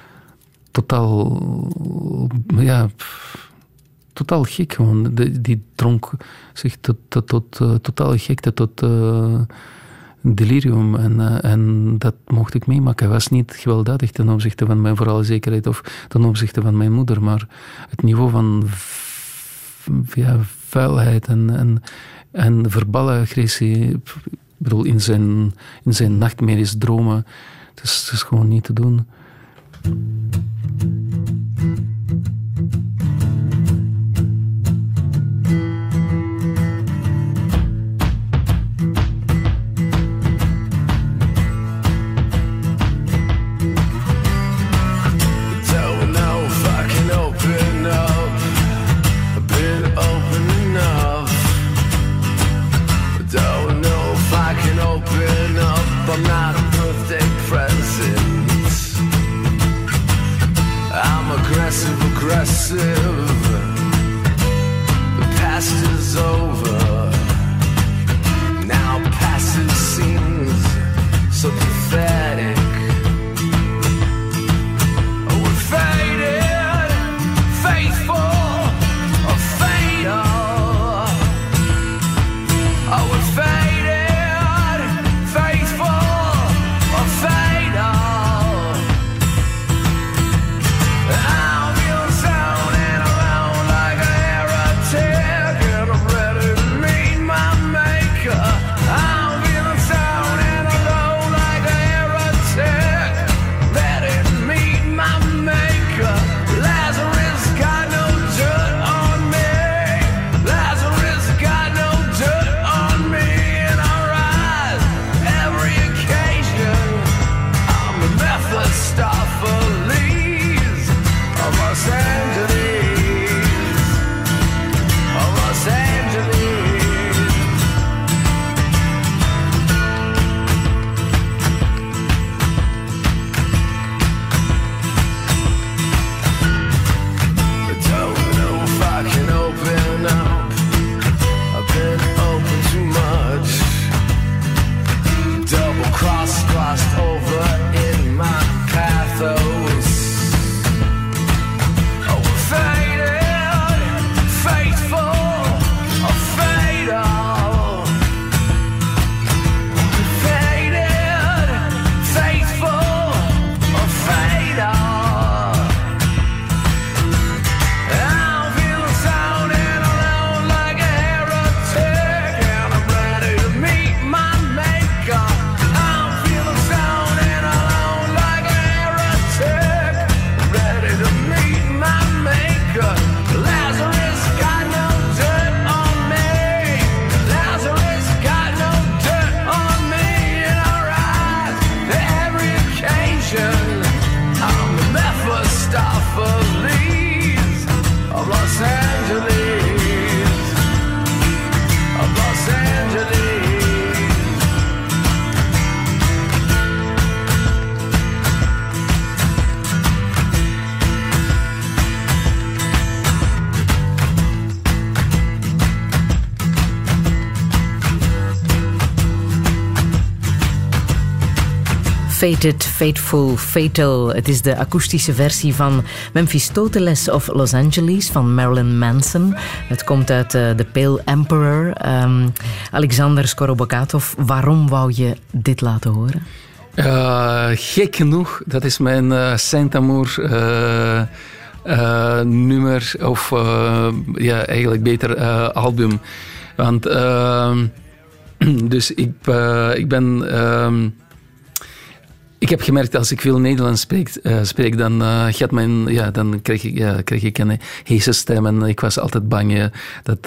totaal gek. Gewoon. Die dronk zich tot totale gekte, tot delirium. En dat mocht ik meemaken. Hij was niet gewelddadig ten opzichte van mijn vooral zekerheid of ten opzichte van mijn moeder. Maar het niveau van vuilheid en verbale agressie, ik bedoel, in zijn nachtmerries, dromen, het is gewoon niet te doen. I'm not a birthday present. I'm aggressive. The past is over. Now passive seems so pathetic. Oh, we're faded, faithful or fatal. Oh, we're faded. Fated, Fateful, Fatal. Het is de akoestische versie van Mephistopheles of Los Angeles van Marilyn Manson. Het komt uit The Pale Emperor. Alexander Skorobokatov, waarom wou je dit laten horen? Gek genoeg, dat is mijn Saint-Amour nummer, of eigenlijk beter album. Want dus ik ben... Ik heb gemerkt, als ik veel Nederlands spreek dan, dan krijg ik een heese stem en ik was altijd bang dat...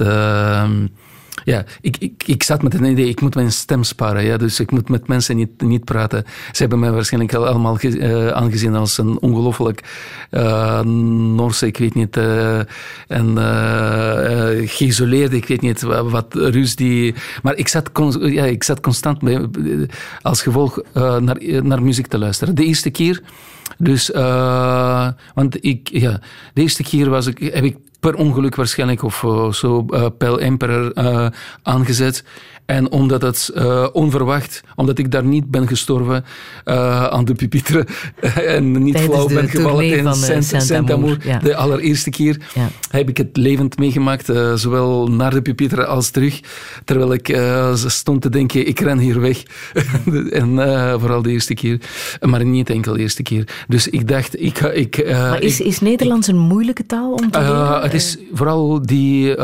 ik zat met een idee, ik moet mijn stem sparen. Ja, dus ik moet met mensen niet praten. Ze hebben mij waarschijnlijk allemaal aangezien als een ongelooflijk Noorse, ik weet niet, en geïsoleerde, ik weet niet wat Rus die... Maar ik zat constant als gevolg naar muziek te luisteren. De eerste keer... Dus, de eerste keer heb ik per ongeluk waarschijnlijk of zo Pearl Emperor aangezet. En omdat het onverwacht, omdat ik daar niet ben gestorven aan de pupitre en niet flauw ben gevallen in Saint-Amour. Ja. De allereerste keer heb ik het levend meegemaakt, zowel naar de pupitre als terug. Terwijl ik stond te denken, ik ren hier weg. En vooral de eerste keer. Maar niet enkel de eerste keer. Dus ik dacht... Maar is Nederlands een moeilijke taal om te leren? Het is vooral die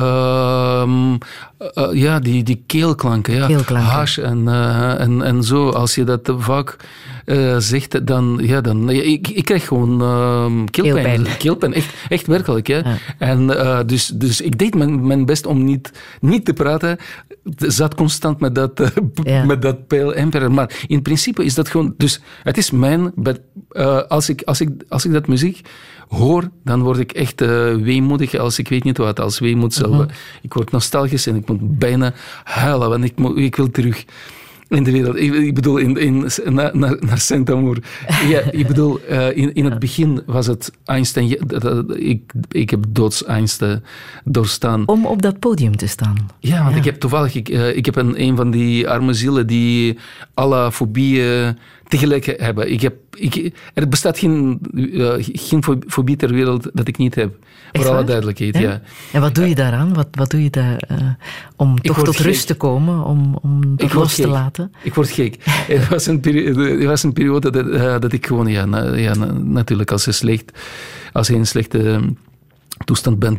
keelklanken. Ja. Hash en zo. Als je dat vaak zegt, dan ik krijg gewoon keelpijn. Echt werkelijk. Ja. En, dus ik deed mijn best om niet te praten. Zat constant met dat Pearl Emperor. Maar in principe is dat gewoon... Dus het is mijn... Als ik dat muziek hoor, dan word ik echt weemoedig als ik weet niet wat, als weemoed zelf. Ik word nostalgisch en ik moet bijna huilen, want ik wil terug in de wereld. Ik bedoel, naar Saint-Amour. Ja, ik bedoel, in het begin was het Einstein... Ik heb doodsangst doorstaan. Om op dat podium te staan. Ja, want ik heb toevallig... Ik heb een van die arme zielen die alle fobieën tegelijk hebben. Er bestaat geen fobie ter wereld dat ik niet heb. Voor alle duidelijkheid, ja. En wat doe je daaraan? Wat doe je daar om toch tot rust te komen? Om dat los te laten? Ik word gek. Er was een periode dat ik gewoon... natuurlijk, als je in een slechte toestand bent,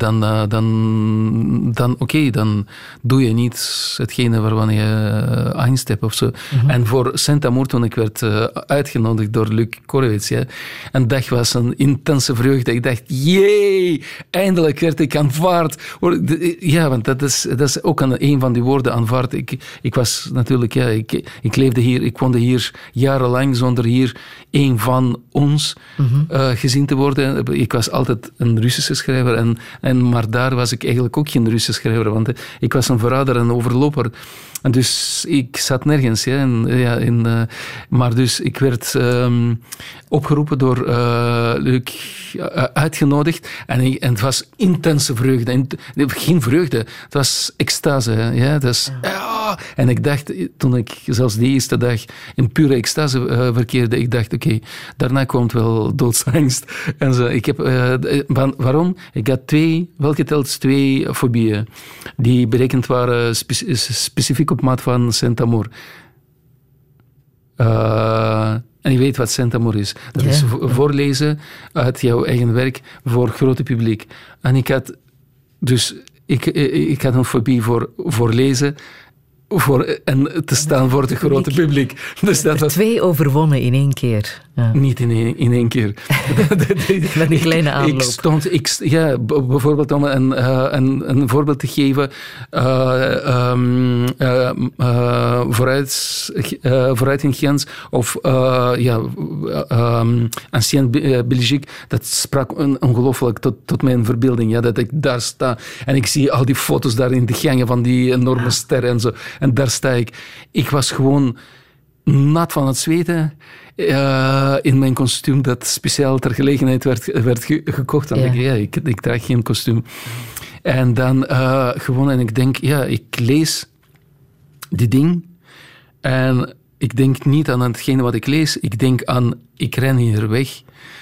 dan oké, dan doe je niet hetgene waarvan je angst hebt of zo. En voor Saint-Amour, toen ik werd uitgenodigd door Luc Korowitz, een dag was een intense vreugde. Ik dacht, jee, eindelijk werd ik aanvaard. Ja, want dat is ook een van die woorden, aanvaard. Ik was natuurlijk, ik leefde hier, ik woonde hier jarenlang zonder hier een van ons gezien te worden. Ik was altijd een Russische schrijver, maar daar was ik eigenlijk ook geen Russische schrijver, want ik was een verrader en overloper. En dus ik zat nergens. Maar dus ik werd opgeroepen door Luc, uitgenodigd. En het was intense vreugde. Geen vreugde, het was extase. En ik dacht, toen ik zelfs die eerste dag in pure extase verkeerde, ik dacht, oké, daarna komt wel doodsangst. En zo, ik heb, waarom? Ik had twee fobieën die berekend waren specifiek op maat van Saint-Amour. En je weet wat Saint-Amour is. Dat is voorlezen uit jouw eigen werk voor grote publiek. En ik had een fobie voor lezen en te staan voor het grote publiek. Dus dat was 2 overwonnen in 1 keer. Ja. Niet in 1 keer. Met een kleine aanloop. Bijvoorbeeld om een voorbeeld te geven. Vooruit in Gens of Ancien Belgique, dat sprak ongelooflijk tot mijn verbeelding. Dat ik daar sta en ik zie al die foto's daar in de gangen van die enorme sterren en zo. En daar sta ik. Ik was gewoon nat van het zweten in mijn kostuum dat speciaal ter gelegenheid werd gekocht. En ik draag geen kostuum. En dan gewoon, en ik denk, ik lees die ding en ik denk niet aan hetgene wat ik lees. Ik denk aan, ik ren hier weg.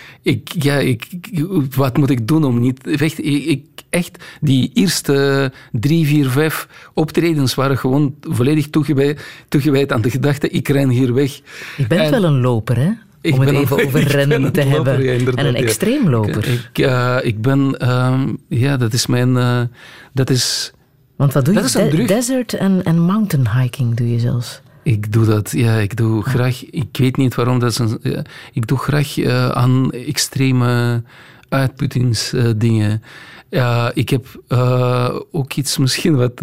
Wat moet ik doen om niet weg te... Echt, die eerste 3, 4, 5 optredens waren gewoon volledig toegewijd aan de gedachte, ik ren hier weg. Je bent wel een loper, hè? Om het even over rennen te hebben. En een extreem loper. Ik ben... dat is mijn... Want wat doe je? Desert en mountain hiking doe je zelfs. Ik doe dat, ik doe graag... Ik weet niet waarom, ik doe graag aan extreme uitputtingsdingen. Ik heb ook iets misschien wat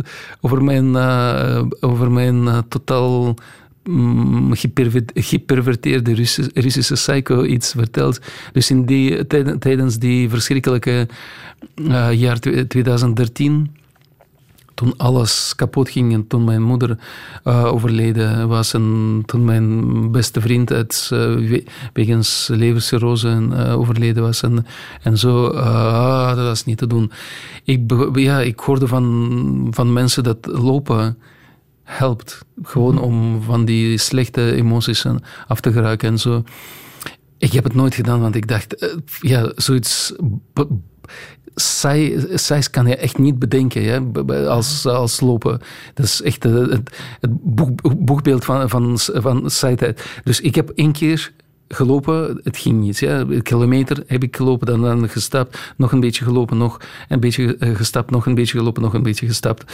over mijn totaal geperverteerde Russische psycho iets verteld. Dus tijdens die verschrikkelijke jaar 2013... toen alles kapot ging en toen mijn moeder overleden was en toen mijn beste vriend wegens levercirrose overleden was en zo, dat was niet te doen. Ik hoorde van mensen dat lopen helpt, gewoon om van die slechte emoties af te geraken en zo. Ik heb het nooit gedaan, want ik dacht, zoiets... Saais kan je echt niet bedenken, hè, als lopen. Dat is echt het boekbeeld van saaiheid. Dus ik heb 1 keer gelopen, het ging niet. Ja. 1 kilometer heb ik gelopen, dan gestapt, nog een beetje gelopen, nog een beetje gestapt, nog een beetje gelopen, nog een beetje gestapt.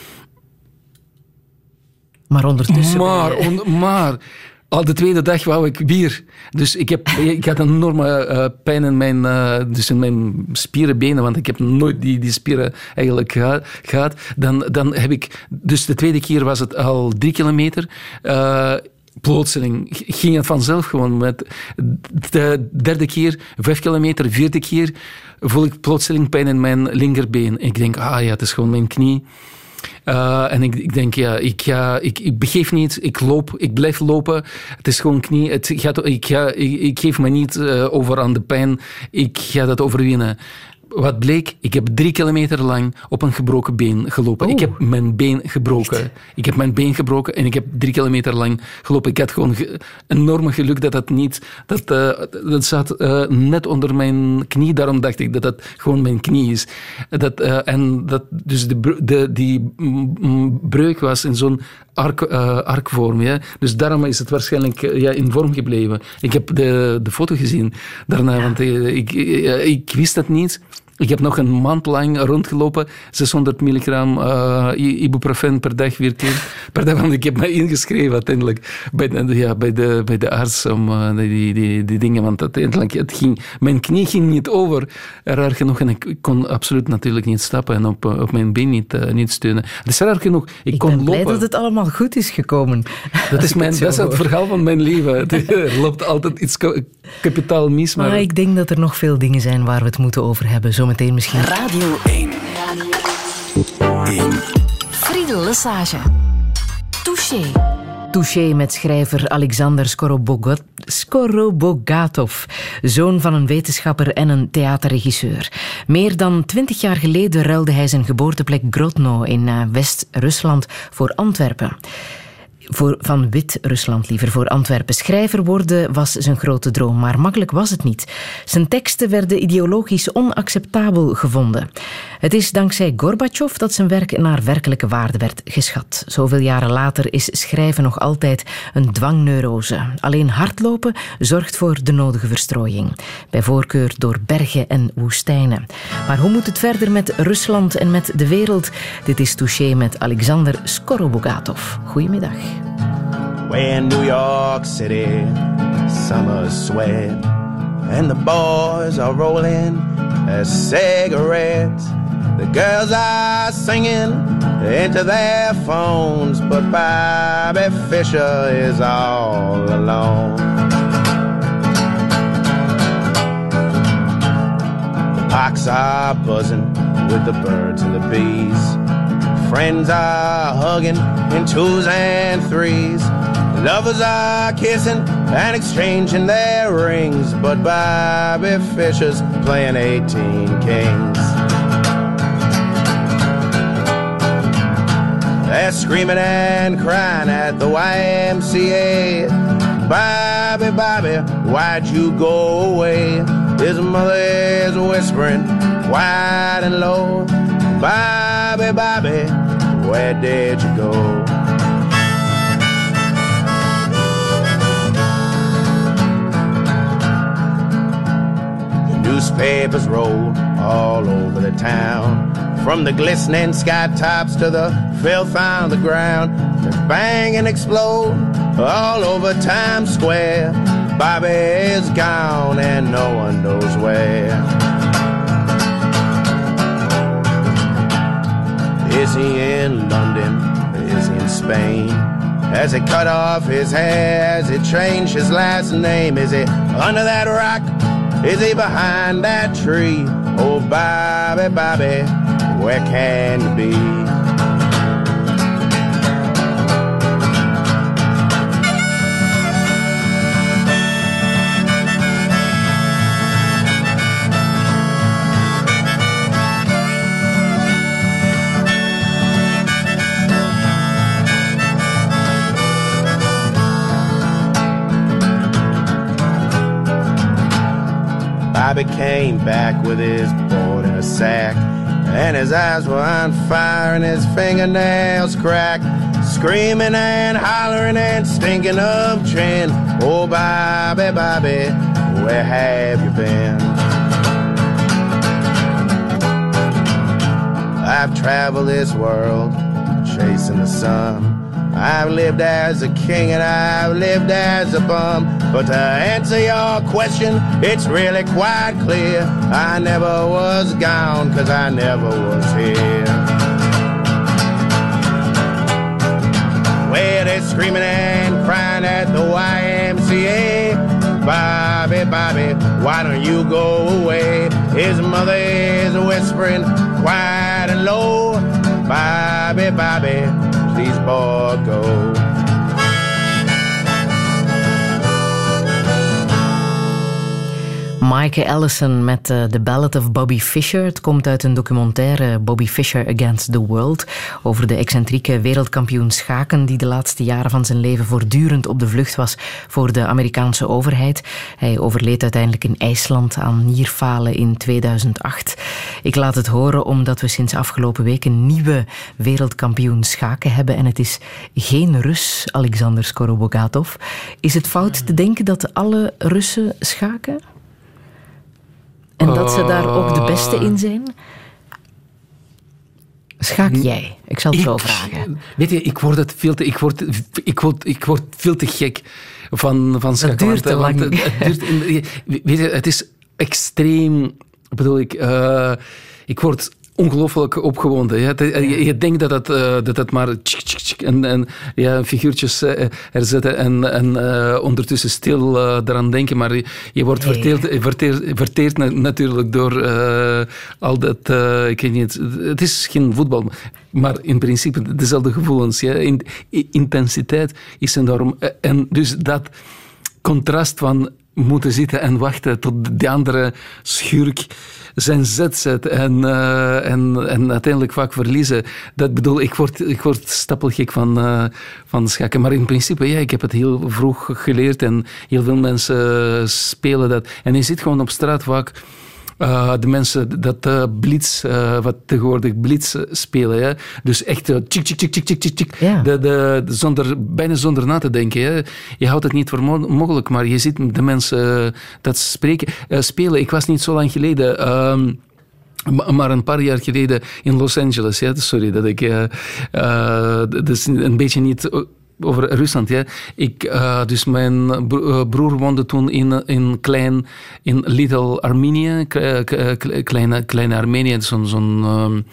Maar ondertussen... Maar... Al de tweede dag wou ik bier. Dus ik had een enorme pijn in mijn spierenbenen, want ik heb nooit die spieren eigenlijk gehad. Dan heb ik... Dus de tweede keer was het al 3 kilometer. Plotseling ging het vanzelf gewoon. Met de derde keer 5 kilometer, 4e keer voel ik plotseling pijn in mijn linkerbeen. Ik denk, het is gewoon mijn knie. En ik denk, ik begeef niet, ik blijf lopen. Het is gewoon knie. Ik geef me niet over aan de pijn. Ik ga dat overwinnen. Wat bleek? Ik heb 3 kilometer lang op een gebroken been gelopen. Ik heb mijn been gebroken. Echt? Ik heb mijn been gebroken en ik heb 3 kilometer lang gelopen. Ik had gewoon enorme geluk dat dat niet... Dat zat net onder mijn knie. Daarom dacht ik dat dat gewoon mijn knie is. Dus die breuk was in zo'n arkvorm. Ja? Dus daarom is het waarschijnlijk in vorm gebleven. Ik heb de foto gezien daarna, want ik wist dat niet. Ik heb nog een maand lang rondgelopen, 600 milligram ibuprofen per dag, 4 keer per dag, want ik heb mij ingeschreven uiteindelijk bij de arts om die dingen, want uiteindelijk mijn knie ging niet over, raar genoeg, en ik kon absoluut natuurlijk niet stappen en op mijn been niet steunen. Het is raar genoeg, ik kon lopen. Ik ben blij dat het allemaal goed is gekomen. Dat is het verhaal van mijn leven. Er loopt altijd iets kapitaal mis. Maar ik denk dat er nog veel dingen zijn waar we het moeten over hebben. Zometeen misschien. Radio 1. Friedel Lesage. Touché. Touché met schrijver Alexander Skorobogatov, zoon van een wetenschapper en een theaterregisseur. Meer dan 20 jaar geleden ruilde hij zijn geboorteplek Grodno in West-Rusland voor Antwerpen. Van Wit-Rusland liever, voor Antwerpen. Schrijver worden was zijn grote droom, maar makkelijk was het niet. Zijn teksten werden ideologisch onacceptabel gevonden. Het is dankzij Gorbachev dat zijn werk naar werkelijke waarde werd geschat. Zoveel jaren later is schrijven nog altijd een dwangneurose. Alleen hardlopen zorgt voor de nodige verstrooiing. Bij voorkeur door bergen en woestijnen. Maar hoe moet het verder met Rusland en met de wereld? Dit is Touché met Alexander Skorobogatov. Goedemiddag. We're in New York City, summer sweat, and the boys are rolling their cigarettes. The girls are singing into their phones, but Bobby Fischer is all alone. The parks are buzzing with the birds and the bees. Friends are hugging in 2s and 3s. Lovers are kissing and exchanging their rings, but Bobby Fischer's playing 18 Kings. They're screaming and crying at the YMCA. Bobby, Bobby, why'd you go away? His mother is whispering wide and low. Bobby, Bobby, where did you go? Newspapers rolled all over the town, from the glistening sky tops to the filth on the ground. They bang and explode all over Times Square. Bobby is gone and no one knows where. Is he in London? Is he in Spain? Has he cut off his hair? Has he changed his last name? Is he under that rock? Is he behind that tree? Oh, Bobby, Bobby, where can you be? Bobby came back with his board in a sack, and his eyes were on fire and his fingernails cracked, screaming and hollering and stinking of gin. Oh, Bobby, Bobby, where have you been? I've traveled this world chasing the sun. I've lived as a king and I've lived as a bum. But to answer your question, it's really quite clear. I never was gone, 'cause I never was here. Well, they're screaming and crying at the YMCA. Bobby, Bobby, why don't you go away? His mother is whispering quiet and low. Bobby, Bobby, please, boy, go. Maaike Ellison met The Ballad of Bobby Fischer. Het komt uit een documentaire Bobby Fischer Against the World over de excentrieke wereldkampioen schaken die de laatste jaren van zijn leven voortdurend op de vlucht was voor de Amerikaanse overheid. Hij overleed uiteindelijk in IJsland aan nierfalen in 2008. Ik laat het horen omdat we sinds afgelopen week een nieuwe wereldkampioen schaken hebben en het is geen Rus, Alexander Skorobogatov. Is het fout te denken dat alle Russen schaken? En dat ze daar ook de beste in zijn? Schaak jij? Ik zal het zo vragen. Weet je, ik word veel te gek van schaken. Het duurt te lang. Weet je, het is extreem... Ik word ongelooflijk opgewonden. Ja. Je denkt dat het maar en figuurtjes herzetten en ondertussen stil eraan denken, maar je wordt verteerd natuurlijk door al dat... ik weet niet, het is geen voetbal, maar in principe dezelfde gevoelens. Ja. Intensiteit is enorm. En dus dat contrast van moeten zitten en wachten tot de andere schurk zijn zet zet en uiteindelijk vaak verliezen. Dat bedoel, ik word stapelgek van schaken. Maar in principe, ja, ik heb het heel vroeg geleerd en heel veel mensen spelen dat. En je ziet gewoon op straat vaak de mensen dat blitz, wat tegenwoordig blitz spelen. Ja? Dus echt tjik, tjik, tjik, tjik, tjik, tjik. Ja. Bijna zonder na te denken. Ja? Je houdt het niet voor mogelijk, maar je ziet de mensen dat spelen. Ik was niet zo lang geleden... maar een paar jaar geleden in Los Angeles. Ja? Sorry dat ik... dat is een beetje niet... over Rusland, ja. Dus mijn broer woonde toen in Little Armenië, kleine Armenië, zo'n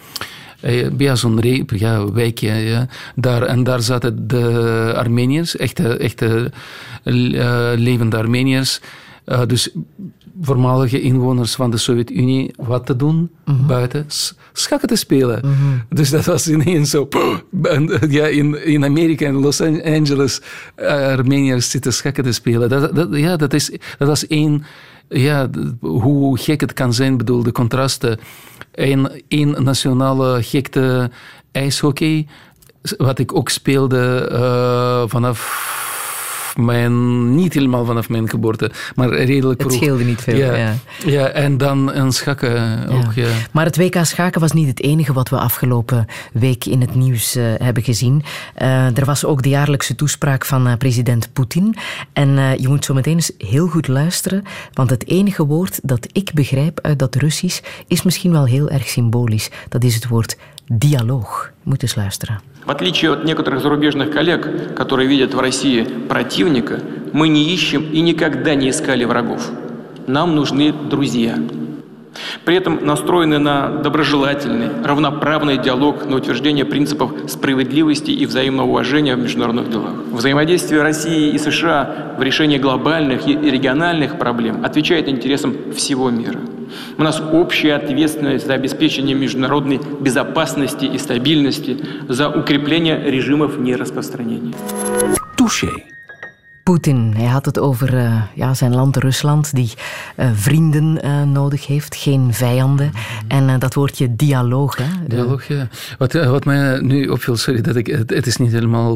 wijkje. Ja. Daar zaten de Armeniërs, echte levende Armeniërs. Dus voormalige inwoners van de Sovjet-Unie wat te doen buiten schaken te spelen. Mm-hmm. Dus dat was ineens zo. Ja, in Amerika en Los Angeles Armeniërs zitten schaken te spelen. Dat was één. Ja, hoe gek het kan zijn, bedoel de contrasten. Eén nationale gekte ijshockey, wat ik ook speelde vanaf niet helemaal vanaf mijn geboorte, maar redelijk vroeg. Het scheelde niet veel. Ja, en dan een schaken ook. Ja. Maar het WK schaken was niet het enige wat we afgelopen week in het nieuws hebben gezien. Er was ook de jaarlijkse toespraak van president Poetin. En je moet zo meteen eens heel goed luisteren, want het enige woord dat ik begrijp uit dat Russisch is misschien wel heel erg symbolisch. Dat is het woord dialoog. Moet eens luisteren. В отличие от некоторых зарубежных коллег, которые видят в России противника, мы не ищем и никогда не искали врагов. Нам нужны друзья. При этом настроены на доброжелательный, равноправный диалог на утверждение принципов справедливости и взаимного уважения в международных делах. Взаимодействие России и США в решении глобальных и региональных проблем отвечает интересам всего мира. У нас общая ответственность за обеспечение международной безопасности и стабильности, за укрепление режимов нераспространения. Touché. Poetin, hij had het over zijn land Rusland, die vrienden nodig heeft, geen vijanden. En dat woordje dialoog. Hè? Dialoog, ja. Wat mij nu opviel, sorry, dat het is niet helemaal,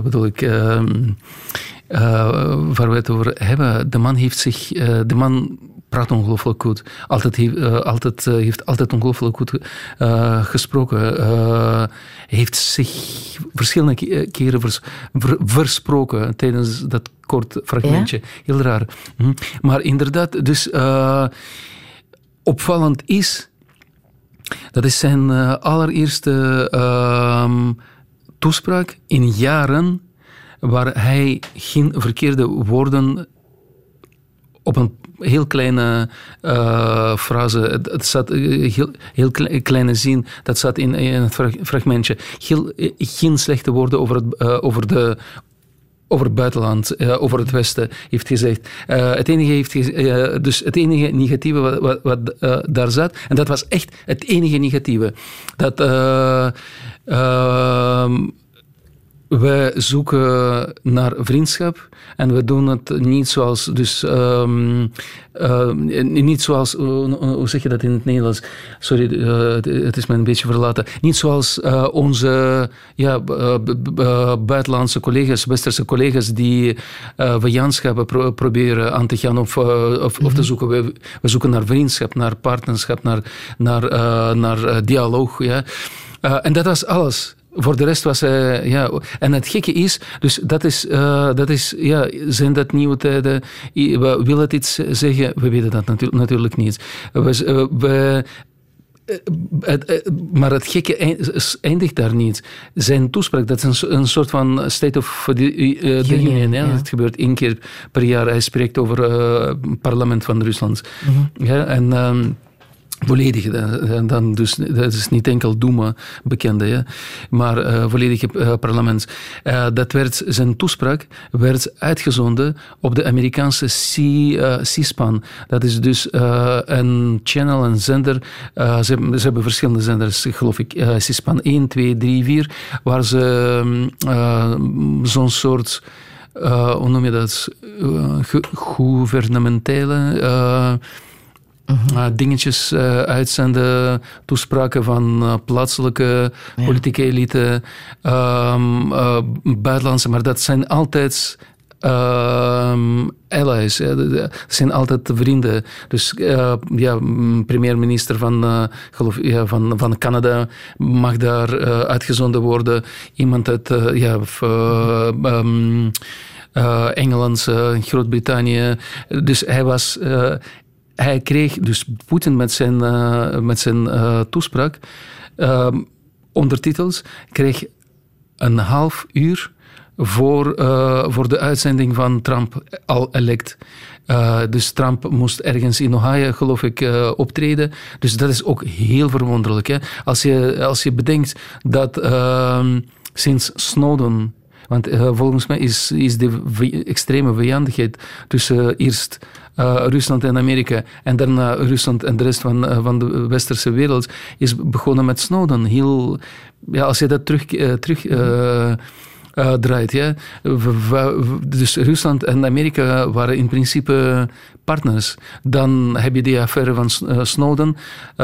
waar we het over hebben. De man praat ongelooflijk goed. Heeft altijd ongelooflijk goed gesproken. Heeft zich verschillende keren versproken tijdens dat kort fragmentje. Ja? Heel raar. Maar inderdaad, dus opvallend is, dat is zijn allereerste toespraak in jaren waar hij geen verkeerde woorden op een heel kleine frase, het staat heel kleine zin, dat staat in het fragmentje. Geen slechte woorden over het buitenland, over het Westen, heeft gezegd. Het enige negatieve wat daar zat, en dat was echt het enige negatieve, dat we zoeken naar vriendschap en we doen het niet zoals, hoe zeg je dat in het Nederlands? Sorry, het is me een beetje verlaten. Niet zoals onze buitenlandse collega's, westerse collega's die vijandschappen proberen aan te gaan of te zoeken. We zoeken naar vriendschap, naar partnerschap, naar dialoog. Ja. En dat was alles. Voor de rest was hij, en het gekke is, dus zijn dat nieuwe tijden? We willen het iets zeggen? We weten dat natuurlijk niet. Maar het gekke eindigt daar niet. Zijn toespraak, dat is een soort van State of the Union. Ja. Het gebeurt 1 keer per jaar. Hij spreekt over het parlement van Rusland. Ja, en volledig, dan dus, dat is niet enkel Duma bekende, ja, maar volledige parlement. Zijn toespraak werd uitgezonden op de Amerikaanse C-SPAN. Dat is dus een channel, een zender. Ze hebben verschillende zenders, geloof ik. C-SPAN 1, 2, 3, 4, waar ze zo'n soort, hoe noem je dat, gouvernementele dingetjes uitzenden, toespraken van plaatselijke politieke elite, buitenlandse, maar dat zijn altijd allies, dat zijn altijd vrienden. Dus premier-minister van Canada mag daar uitgezonden worden. Iemand uit Engeland, Groot-Brittannië. Dus hij kreeg, dus Poetin met zijn toespraak, ondertitels, kreeg een half uur voor de uitzending van Trump al elect. Dus Trump moest ergens in Ohio, geloof ik, optreden. Dus dat is ook heel verwonderlijk. Hè? Als je bedenkt dat sinds Snowden, want volgens mij is de extreme vijandigheid tussen eerst Rusland en Amerika en daarna Rusland en de rest van de westerse wereld is begonnen met Snowden. Als je dat terug draait. Ja. Dus Rusland en Amerika waren in principe partners. Dan heb je die affaire van Snowden.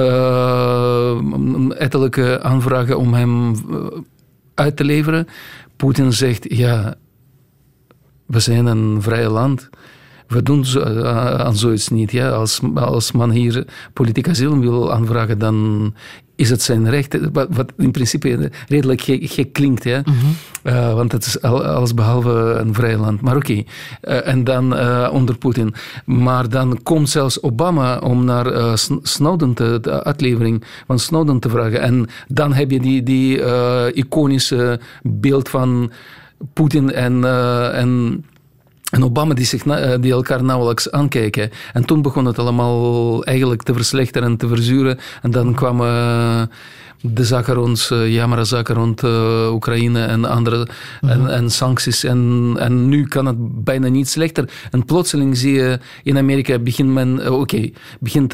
Ettelijke aanvragen om hem uit te leveren. Poetin zegt, we zijn een vrij land. We doen aan zoiets niet. Ja? Als man hier politiek asiel wil aanvragen, dan is het zijn recht. Wat in principe redelijk gek klinkt. Ja? Mm-hmm. Want het is alles behalve een vrij land. Maar oké. En dan onder Poetin. Maar dan komt zelfs Obama om naar Snowden de uitlevering van Snowden te vragen. En dan heb je die iconische beeld van Poetin en Obama die elkaar nauwelijks aankijken. En toen begon het allemaal eigenlijk te verslechteren en te verzuren. En dan kwamen de zaken rond, Yamara-zaken rond Oekraïne en andere en sancties. En nu kan het bijna niet slechter. En plotseling zie je in Amerika begint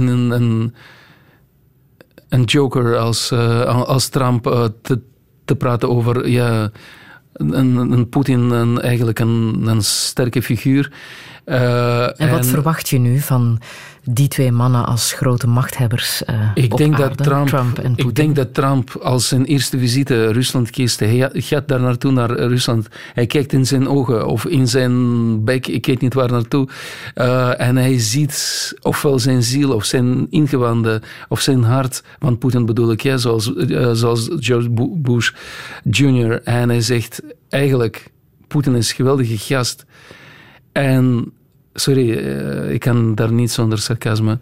een joker als Trump te praten over... Een Poetin eigenlijk een sterke figuur. En wat verwacht je nu van die twee mannen als grote machthebbers Trump en Poetin? Ik denk dat Trump als zijn eerste visite Rusland kiest. Hij gaat daar naartoe, naar Rusland. Hij kijkt in zijn ogen of in zijn bek, ik weet niet waar naartoe. En hij ziet ofwel zijn ziel of zijn ingewanden of zijn hart. Van Poetin bedoel ik, zoals George Bush Jr. En hij zegt eigenlijk, Poetin is een geweldige gast. En... Sorry, ik kan daar niet zonder sarcasme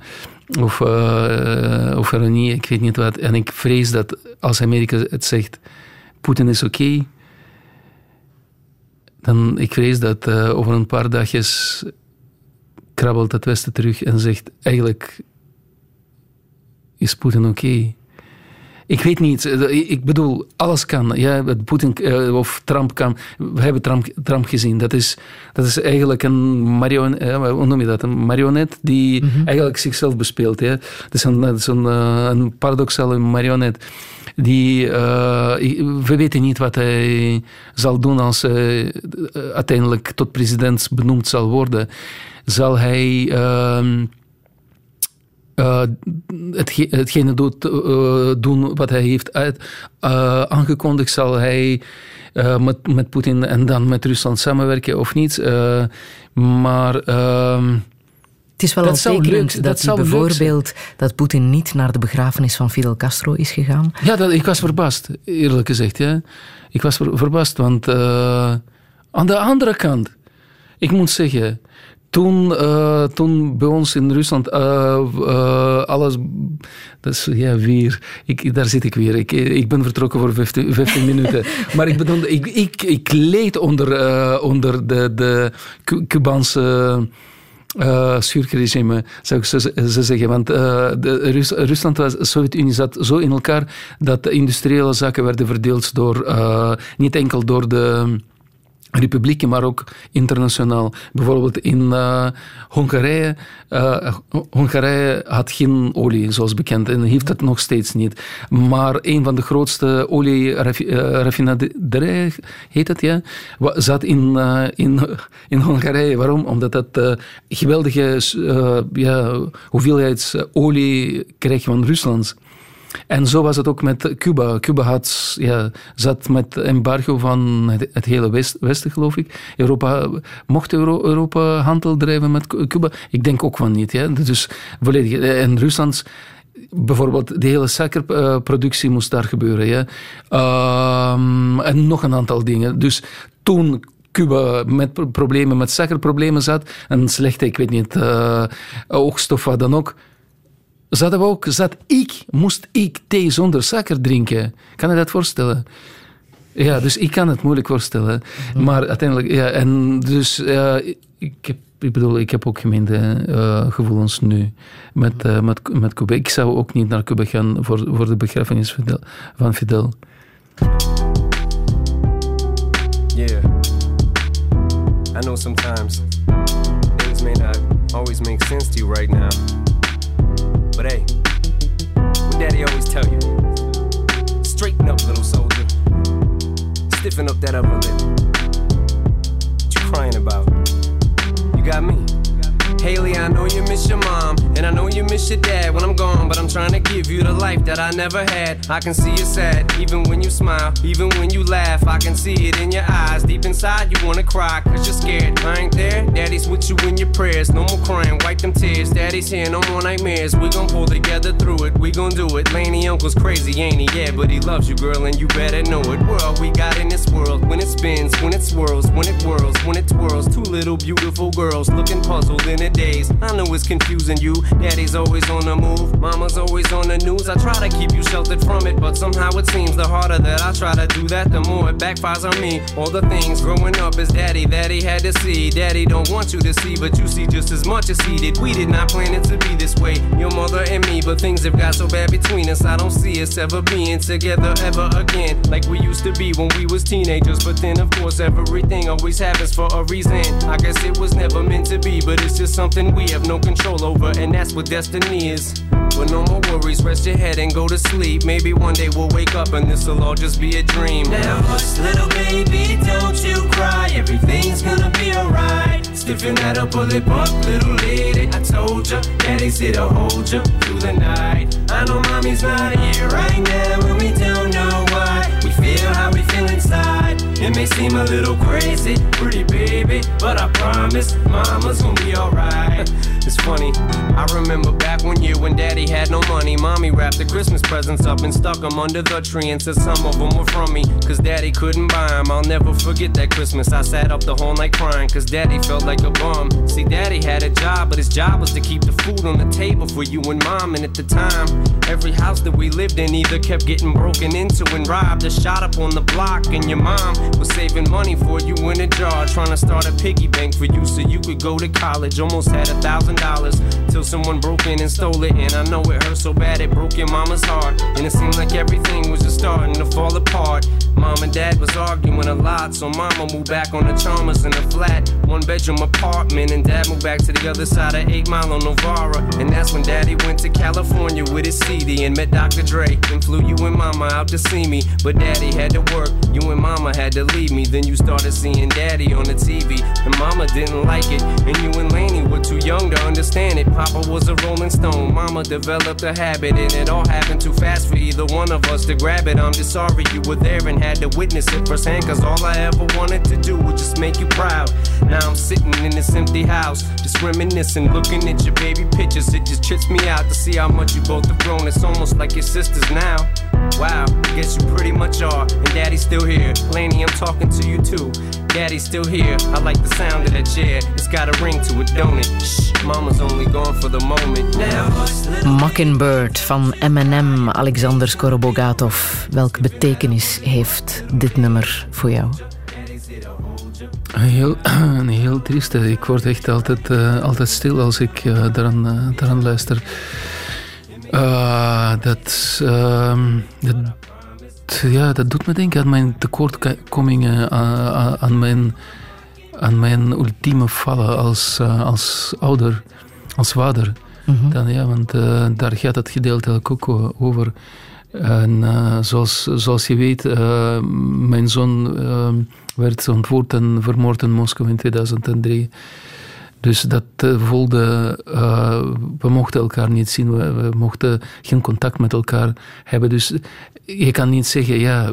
of ironie, ik weet niet wat. En ik vrees dat als Amerika het zegt, Poetin is oké, dan ik vrees dat over een paar dagjes krabbelt het Westen terug en zegt, eigenlijk is Poetin oké. Ik weet niet. Ik bedoel, alles kan. Ja, Poetin of Trump kan. We hebben Trump gezien. Dat is eigenlijk een marionet. Hoe noem je dat? Een marionet die eigenlijk zichzelf bespeelt. Ja. Het is een paradoxale marionet. We weten niet wat hij zal doen als hij uiteindelijk tot president benoemd zal worden. Zal hij... hetgene doen wat hij heeft aangekondigd, zal hij met Poetin en dan met Rusland samenwerken of niet. Maar... het is wel tekenend dat bijvoorbeeld dat Poetin niet naar de begrafenis van Fidel Castro is gegaan. Ja, ik was verbaasd, eerlijk gezegd. Ja. Ik was verbaasd, want aan de andere kant, ik moet zeggen... Toen bij ons in Rusland alles... Dat is, weer... Daar zit ik weer. Ik ben vertrokken voor 15 minuten. Maar ik bedoel, ik leed onder de Cubaanse... schurkenregime, zou ik zo zeggen. Want Rusland, de Sovjet-Unie zat zo in elkaar dat de industriële zaken werden verdeeld door... niet enkel door de... republieken, maar ook internationaal. Bijvoorbeeld in Hongarije. Hongarije had geen olie, zoals bekend, en heeft het nog steeds niet. Maar een van de grootste olieraffinaderijen, heet het, ja, zat in Hongarije. Waarom? Omdat dat geweldige hoeveelheid olie kreeg van Rusland. En zo was het ook met Cuba. Cuba zat met embargo van het hele Westen, geloof ik. Mocht Europa handel drijven met Cuba? Ik denk ook van niet. Ja? Dus volledig. En Rusland, bijvoorbeeld, de hele suikerproductie moest daar gebeuren. Ja? En nog een aantal dingen. Dus toen Cuba met suikerproblemen zat, en slechte, ik weet niet, oogst of wat dan ook, moest ik thee zonder suiker drinken. Kan je dat voorstellen? Ja, dus ik kan het moeilijk voorstellen. Maar uiteindelijk, ja, en dus ik heb ook gemengde gevoelens nu met Cuba. Ik zou ook niet naar Cuba gaan voor de begrafenis van Fidel. Yeah. I know sometimes things may not always make sense to you right now. But hey, what Daddy always tell you, straighten up, little soldier. Stiffen up that upper lip. What you crying about? You got me. Haley, I know know you miss your mom, and I know you miss your dad when I'm gone, but I'm trying to give you the life that I never had. I can see you sad, even when you smile, even when you laugh. I can see it in your eyes, deep inside you wanna cry, cause you're scared. I ain't there, daddy's with you in your prayers. No more crying, wipe them tears. Daddy's here, no more nightmares. We gon' pull together through it, we gon' do it. Laney uncle's crazy, ain't he? Yeah, but he loves you, girl, and you better know it. We're all we got in this world. When it spins, when it swirls, when it whirls, when it twirls. Two little beautiful girls looking puzzled in a daze. I know it's confusing you. Daddy's always on the move, mama's always on the news. I try to keep you sheltered from it, but somehow it seems the harder that I try to do that, the more it backfires on me. All the things growing up as daddy that he had to see. Daddy don't want you to see, but you see just as much as he did. We did not plan it to be this way, your mother and me, but things have got so bad between us. I don't see us ever being together ever again, like we used to be when we was teenagers. But then of course everything always happens for a reason. I guess it was never meant to be, but it's just something we have no control over, and that's what destiny is. But no more worries, rest your head and go to sleep. Maybe one day we'll wake up and this'll all just be a dream. Now hush, little baby, don't you cry. Everything's gonna be alright. Stiffen that up, pull it up, little lady. I told ya, daddy's here to hold ya through the night. I know mommy's not here right now, and we don't know why. We feel how we feel inside. It may seem a little crazy, pretty baby, but I promise mama's gonna be alright. It's funny, I remember back one year when daddy had no money. Mommy wrapped the Christmas presents up and stuck them under the tree and said some of them were from me, cause daddy couldn't buy them. I'll never forget that Christmas. I sat up the whole night crying cause daddy felt like a bum. See, daddy had a job, but his job was to keep the food on the table for you and mom. And at the time, every house that we lived in either kept getting broken into and robbed or shot up on the block. And your mom was saving money for you in a jar, trying to start a piggy bank for you so you could go to college. Almost had $1,000 till someone broke in and stole it. And I know it hurt so bad it broke your mama's heart, and it seemed like everything was just starting to fall apart. Mom and dad was arguing a lot, so mama moved back on the Chalmers in a flat 1-bedroom apartment, and dad moved back to the other side of 8 Mile on Novara. And that's when daddy went to California with his CD and met Dr. Dre, and flew you and mama out to see me. But daddy had to work, you and mama had to leave me. Then you started seeing daddy on the TV, and mama didn't like it, and you and Laney were too young to understand it. Papa was a Rolling Stone, mama developed a habit, and it all happened too fast for either one of us to grab it. I'm just sorry you were there and had to witness it firsthand, cause all I ever wanted to do was just make you proud. Now I'm sitting in this empty house, just reminiscing, looking at your baby pictures. It just trips me out to see how much you both have grown. It's almost like your sisters now. Wow, guess you pretty much are. And daddy's still here. Laney, I'm talking to you too. Daddy's still here. I like the sound of that chair. It's got a ring to it, don't it? Shh, mama's only gone for the moment. Now, Mockingbird van Eminem, Alexander Skorobogatov. Welke betekenis heeft dit nummer voor jou? Heel triest. Ik word echt altijd stil als ik daaraan luister. Dat doet me denken aan mijn tekortkomingen, aan mijn ultieme vallen als ouder, als vader. Mm-hmm. Want daar gaat het gedeelte ook over. En zoals je weet, mijn zoon werd ontvoerd en vermoord in Moskou in 2003. Dus dat voelde, we mochten elkaar niet zien, we mochten geen contact met elkaar hebben. Dus je kan niet zeggen, ja,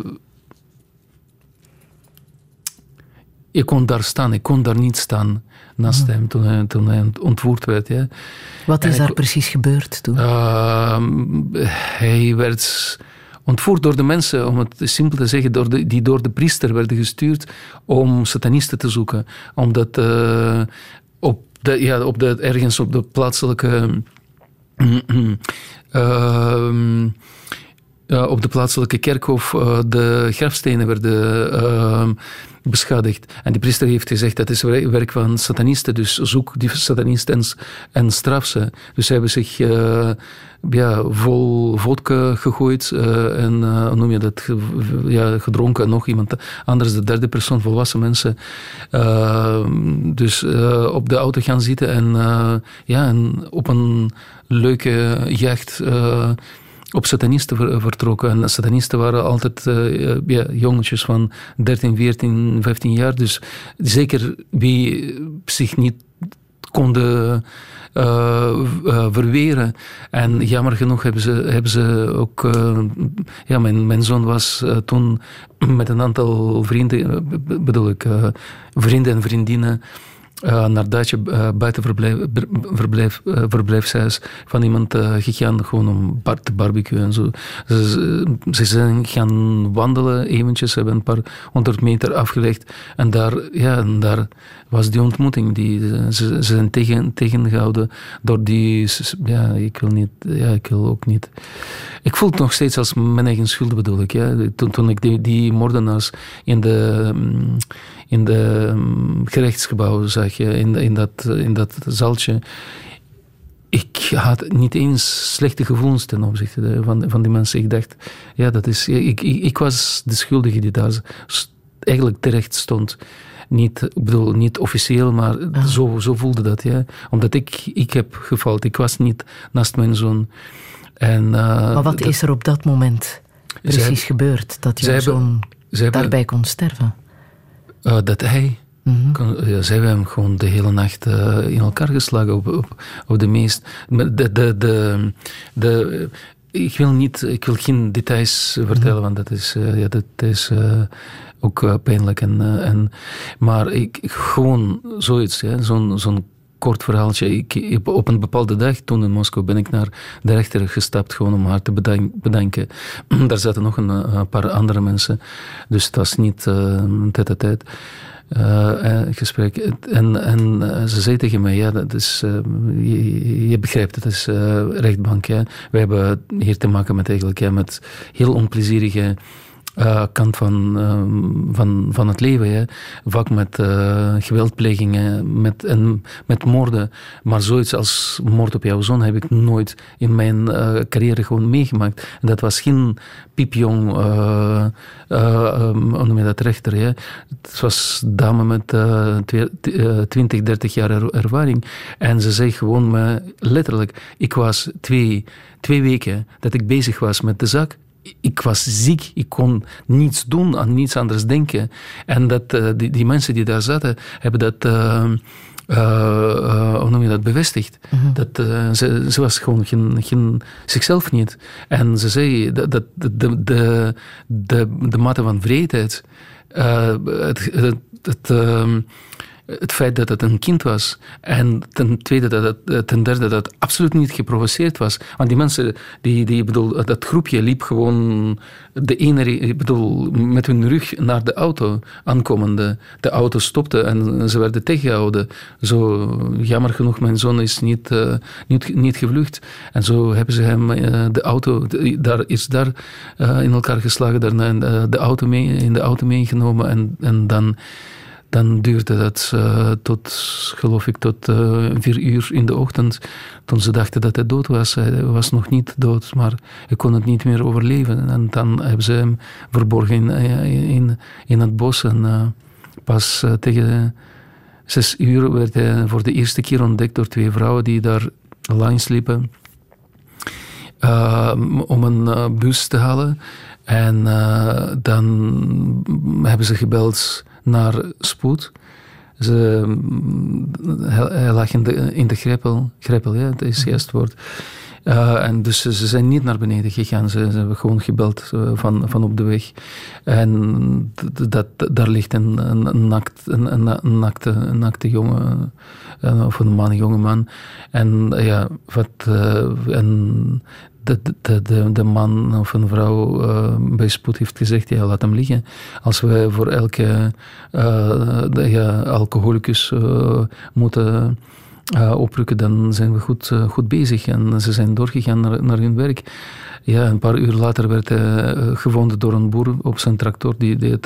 je kon daar staan, ik kon daar niet staan naast hem toen hij ontvoerd werd. Ja. Wat is daar precies gebeurd toen? Hij werd ontvoerd door de mensen, om het simpel te zeggen, die door de priester werden gestuurd om satanisten te zoeken. Omdat ergens op de plaatselijke op de plaatselijke kerkhof de grafstenen werden beschadigd. En die priester heeft gezegd, dat is werk van satanisten, dus zoek die satanisten en straf ze. Dus ze hebben zich vol vodka gegooid en noem je dat, gedronken en nog iemand anders, de derde persoon, volwassen mensen. Dus op de auto gaan zitten en op een leuke jacht op satanisten vertrokken. En satanisten waren altijd jongetjes van 13, 14, 15 jaar. Dus zeker wie zich niet konden verweren. En jammer genoeg hebben ze ook... mijn zoon was toen met een aantal vrienden, vrienden en vriendinnen, naar Duitse buitenverblijfshuis van iemand gegaan, gewoon om te barbecuen en zo. Ze zijn gaan wandelen eventjes, ze hebben een paar 100 meter afgelegd en daar was die ontmoeting. Ze zijn tegengehouden door die... ik wil ook niet... Ik voel het nog steeds als mijn eigen schuld, bedoel ik. Ja. Toen ik die moordenaars in de gerechtsgebouw zag, in dat zaaltje. Ik had niet eens slechte gevoelens ten opzichte van die mensen. Ik dacht, ik was de schuldige die daar eigenlijk terecht stond. Niet officieel, maar zo voelde dat. Ja. Omdat ik heb gefaald. Ik was niet naast mijn zoon. Maar wat is er op dat moment precies gebeurd? Dat jouw zoon daarbij kon sterven? Dat hij... zij hebben hem gewoon de hele nacht in elkaar geslagen op de meest... Ik wil geen details vertellen, want dat is ook pijnlijk. Maar gewoon zoiets, zo'n kort verhaaltje. Op een bepaalde dag, toen in Moskou, ben ik naar de rechter gestapt, gewoon om haar te bedanken. Daar zaten nog een paar andere mensen, dus het was niet tête-à-tête. Gesprek. En ze zei tegen mij, dat is, je begrijpt, het is rechtbank. Ja. We hebben hier te maken met heel onplezierige kant van het leven. Ja. Vaak met geweldplegingen, met moorden. Maar zoiets als moord op jouw zoon heb ik nooit in mijn carrière gewoon meegemaakt. En dat was geen piepjong, hoe noem je dat, rechter. Ja. Het was dame met 20, 30 jaar ervaring. En ze zei gewoon me letterlijk, ik was twee weken dat ik bezig was met de zaak. Ik was ziek, ik kon niets doen, aan niets anders denken. En dat, die mensen die daar zaten, hebben dat, hoe noem je dat, bevestigd. Mm-hmm. Dat, ze was gewoon geen zichzelf niet. En ze zei dat de mate van vreedheid, het feit dat het een kind was en ten derde dat het absoluut niet geprovoceerd was. Want die mensen, dat groepje liep gewoon met hun rug naar de auto aankomende. De auto stopte en ze werden tegengehouden. Zo, jammer genoeg, mijn zoon is niet gevlucht. En zo hebben ze hem de auto, in elkaar geslagen, daarna in de auto meegenomen en dan duurde dat tot 4 uur in de ochtend, toen ze dachten dat hij dood was. Hij was nog niet dood, maar hij kon het niet meer overleven. En dan hebben ze hem verborgen in het bos. En pas tegen 6 uur werd hij voor de eerste keer ontdekt door 2 vrouwen die daar langs liepen om een bus te halen. En dan hebben ze gebeld naar spoed. Hij lag in de greppel, ja, dat is het juiste woord. En dus ze zijn niet naar beneden gegaan. Ze hebben gewoon gebeld van op de weg. En daar ligt een nakte jongen, of een jonge man. En ja, de man of een vrouw bij spoed heeft gezegd, ja, laat hem liggen. Als wij voor elke alcoholicus moeten oprukken, dan zijn we goed bezig. En ze zijn doorgegaan naar hun werk. Ja, een paar uur later werd hij gevonden door een boer op zijn tractor,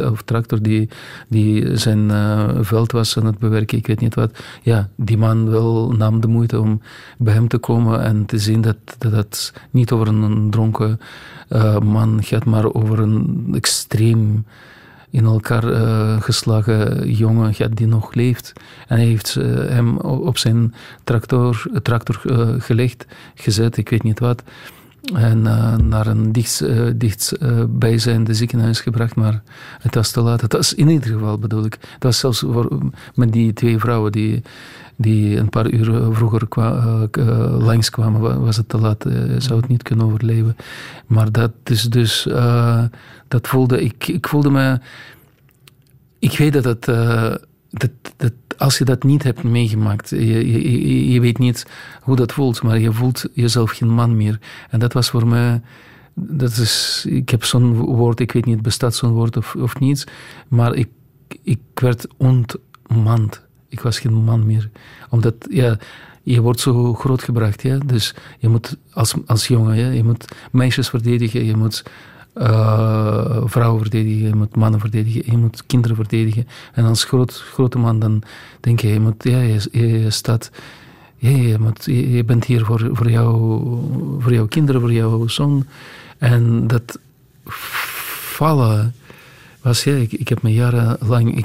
die zijn veld was aan het bewerken, ik weet niet wat. Ja, die man nam de moeite om bij hem te komen en te zien dat het niet over een dronken man gaat, maar over een extreem in elkaar geslagen jongen die nog leeft. En hij heeft hem op zijn tractor gezet, ik weet niet wat. En naar een dichtstbijzijnde ziekenhuis gebracht, maar het was te laat. Het was in ieder geval, bedoel ik. Het was zelfs met die 2 vrouwen die een paar uur vroeger langskwamen, was het te laat. Zou het niet kunnen overleven. Maar dat is dus... dat voelde... Ik voelde me... Ik weet dat als je dat niet hebt meegemaakt, je weet niet hoe dat voelt, maar je voelt jezelf geen man meer. En dat was voor mij... ik heb zo'n woord, ik weet niet, bestaat zo'n woord of niet, maar ik werd ontmand. Ik was geen man meer. Omdat, je wordt zo grootgebracht. Ja? Dus je moet als jongen, je moet meisjes verdedigen, je moet vrouwen verdedigen, je moet mannen verdedigen, je moet kinderen verdedigen. En als grote man dan denk je, je staat... Je bent hier voor jouw kinderen, voor jouw zoon. En dat vallen was... Ik heb me jarenlang...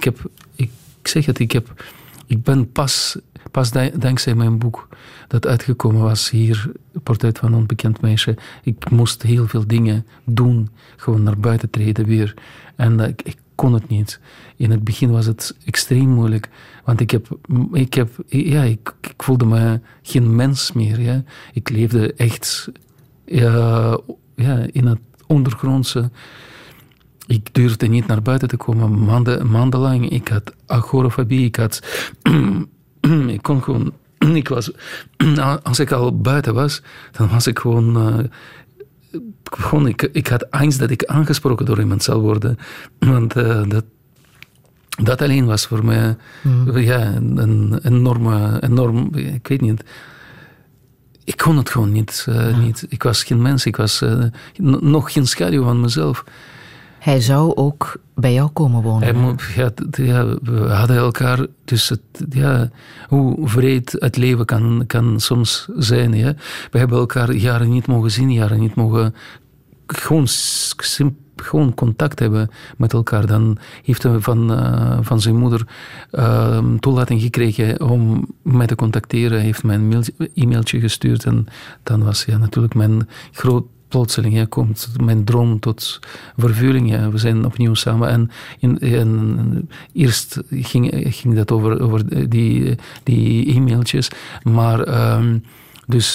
Ik ben pas dankzij mijn boek dat uitgekomen was hier, Portret van een onbekend meisje. Ik moest heel veel dingen doen, gewoon naar buiten treden weer. En ik kon het niet. In het begin was het extreem moeilijk, want ik voelde me geen mens meer. Ja. Ik leefde echt in het ondergrondse. Ik durfde niet naar buiten te komen, maandenlang. Ik had agorafobie, ik kon gewoon... als ik al buiten was, dan was ik gewoon... ik had angst dat ik aangesproken door iemand zou worden. Want dat alleen was voor mij een enorm... Ik weet niet... Ik kon het gewoon niet. Ik was geen mens, ik was nog geen schaduw van mezelf. Hij zou ook bij jou komen wonen. We hadden elkaar... Dus hoe vreed het leven kan soms zijn. Ja? We hebben elkaar jaren niet mogen zien, jaren niet mogen... Gewoon contact hebben met elkaar. Dan heeft hij van zijn moeder toelating gekregen om mij te contacteren. Hij heeft mij een e-mailtje gestuurd. En dan was natuurlijk mijn plotseling komt mijn droom tot vervulling. Ja. We zijn opnieuw samen. En eerst ging dat over die e-mailtjes. Maar... Dus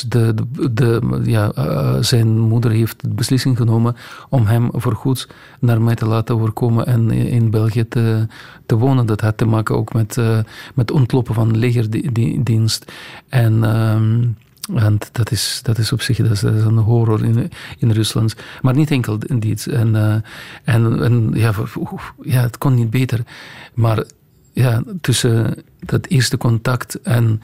zijn moeder heeft de beslissing genomen om hem voorgoed naar mij te laten overkomen en in België te wonen. Dat had te maken ook met ontlopen van legerdienst. En dat is op zich dat is een horror in Rusland. Maar niet enkel dit. Het kon niet beter. Maar tussen dat eerste contact en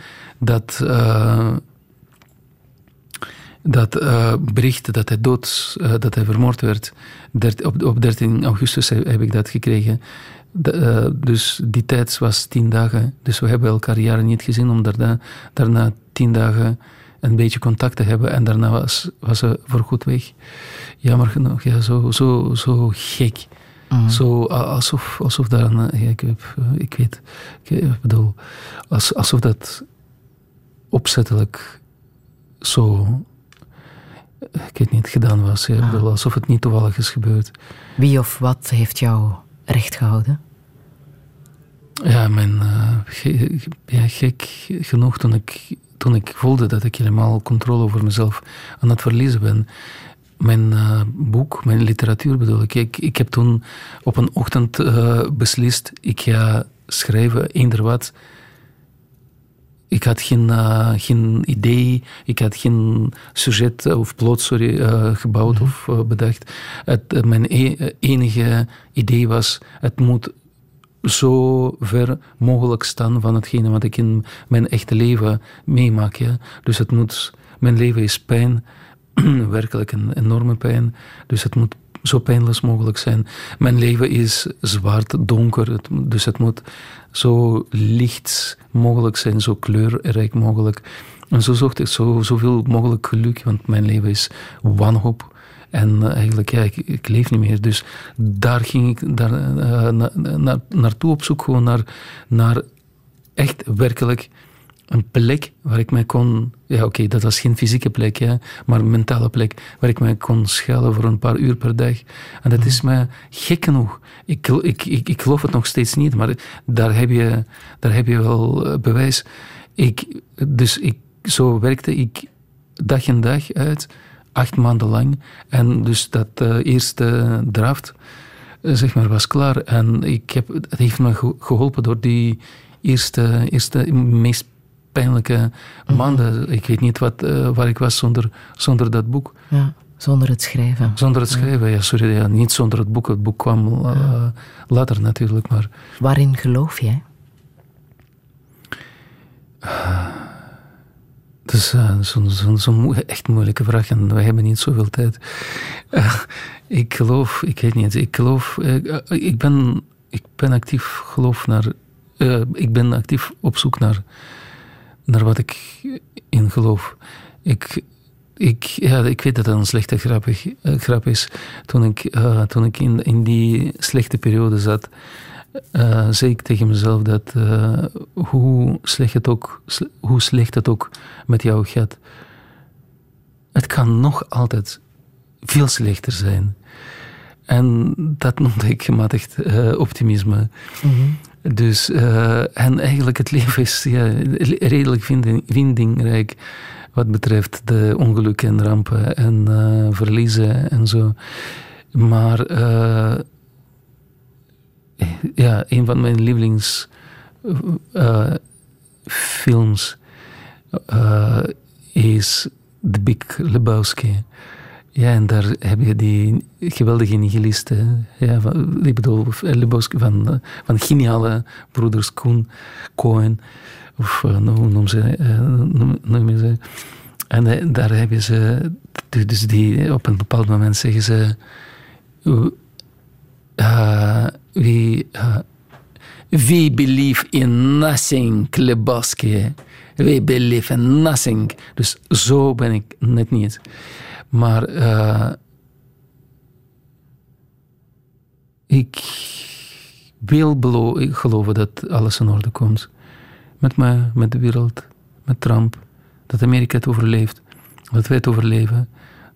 dat bericht dat hij vermoord werd, op 13 augustus heb ik dat gekregen. Dus die tijd was 10 dagen. Dus we hebben elkaar jaren niet gezien, om daarna 10 dagen een beetje contact te hebben. En daarna was ze voorgoed weg. Jammer genoeg, zo gek. Mm-hmm. Zo alsof daar alsof dat opzettelijk zo... Ik weet niet, gedaan was. Ja. Bedoel, alsof het niet toevallig is gebeurd. Wie of wat heeft jou recht gehouden? Ja, gek genoeg toen ik voelde dat ik helemaal controle over mezelf aan het verliezen ben. Mijn boek, mijn literatuur bedoel ik. Ik heb toen op een ochtend beslist, ik ga schrijven, eender wat. Ik had geen idee, ik had geen sujet of plot gebouwd of bedacht. Mijn enige idee was, het moet zo ver mogelijk staan van hetgene wat ik in mijn echte leven meemaak. Ja? Dus mijn leven is pijn, werkelijk een enorme pijn. Dus het moet zo pijnloos mogelijk zijn. Mijn leven is zwart, donker, dus het moet zo licht mogelijk zijn, zo kleurrijk mogelijk. En zo zocht ik zoveel mogelijk geluk, want mijn leven is wanhoop. En eigenlijk, ik leef niet meer. Dus daar ging ik naartoe op zoek, gewoon naar echt werkelijk een plek waar ik mij kon... Ja, oké, dat was geen fysieke plek, ja, maar een mentale plek waar ik mij kon schuilen voor een paar uur per dag. En dat is mij gek genoeg. Ik geloof het nog steeds niet, maar daar heb je wel bewijs. Zo werkte ik dag en dag uit, 8 maanden lang. En dus dat eerste draft, zeg maar, was klaar. En het heeft me geholpen door die eerste meest pijnlijke maanden. Ik weet niet waar ik was zonder dat boek. Ja, zonder het schrijven. Zonder het schrijven, ja, sorry. Ja, niet zonder het boek. Het boek kwam later natuurlijk. Maar... Waarin geloof jij? Dat is zo'n echt moeilijke vraag en wij hebben niet zoveel tijd. Ik weet niet. Ik ben actief ik ben actief op zoek naar wat ik in geloof. Ik weet dat het een slechte grap is. Toen ik in die slechte periode zat, zei ik tegen mezelf dat hoe slecht het ook met jou gaat, het kan nog altijd veel slechter zijn. En dat noemde ik gematigd optimisme. Mm-hmm. Dus, en eigenlijk het leven is redelijk vindingrijk wat betreft de ongelukken en rampen en verliezen en zo. Maar een van mijn lievelingsfilms is The Big Lebowski. Ja, en daar heb je die geweldige nihilisten. Ja, ik bedoel, Lebowski van geniale broeders Coen. Of hoe noem je ze? En daar hebben ze... Dus die, op een bepaald moment zeggen ze... we believe in nothing, Lebowski. We believe in nothing. Dus zo ben ik net niet. Maar ik wil geloven dat alles in orde komt. Met mij, met de wereld, met Trump. Dat Amerika het overleeft. Dat wij het overleven.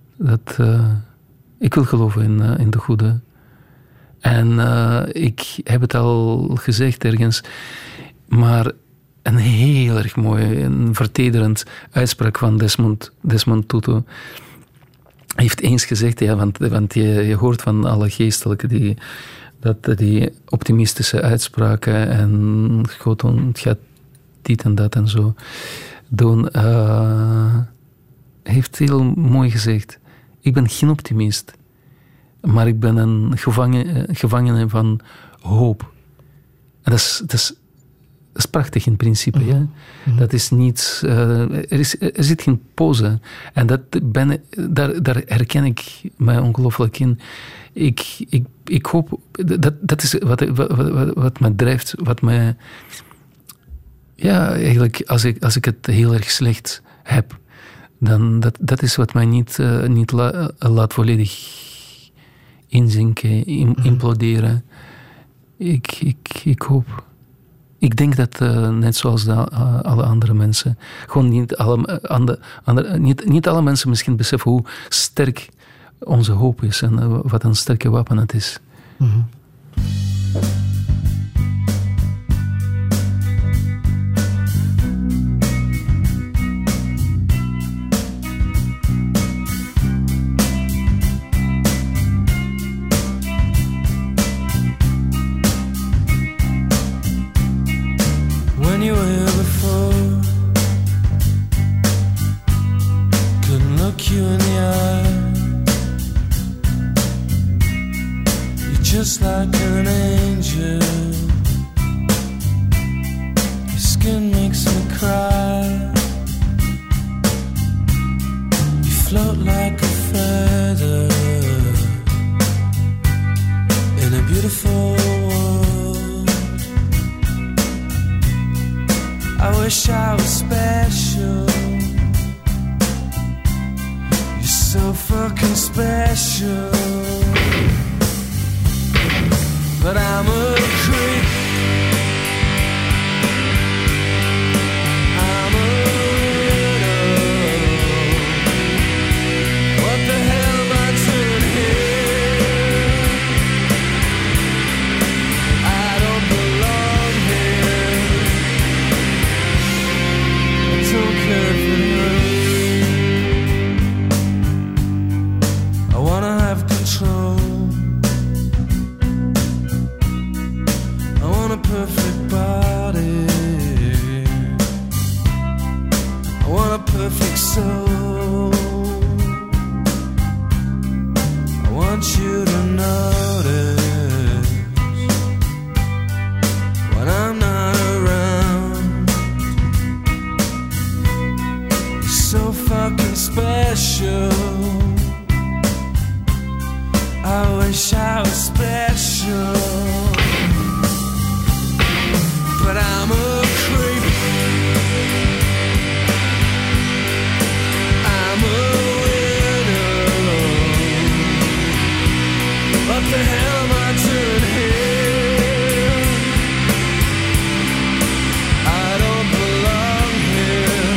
Ik wil geloven in de goede. En ik heb het al gezegd ergens. Maar een heel erg mooi en vertederend uitspraak van Desmond Tutu. Hij heeft eens gezegd, ja, want je hoort van alle geestelijken die optimistische uitspraken en God gaat dit en dat en zo doen. Hij heeft heel mooi gezegd, ik ben geen optimist, maar ik ben een gevangene van hoop. En dat is prachtig in principe. Mm-hmm. Ja? Mm-hmm. Dat is niet... er zit geen pose. En daar herken ik mij ongelooflijk in. Ik hoop... Dat is wat me drijft. Wat mij... Ja, eigenlijk, als ik het heel erg slecht heb, dan dat is wat mij niet laat volledig inzinken, imploderen. Ik hoop... Ik denk dat net zoals alle andere mensen, gewoon niet alle mensen misschien beseffen hoe sterk onze hoop is en wat een sterke wapen het is. Mm-hmm. Just like an angel, your skin makes me cry. You float like a feather in a beautiful world. I wish I was special. You're so fucking special. But I'm a creep. I'm want you to notice when I'm not around. You're so fucking special. I wish I was special, but I'm a creep. I'm a widow. What the hell am I doing here? I don't belong here.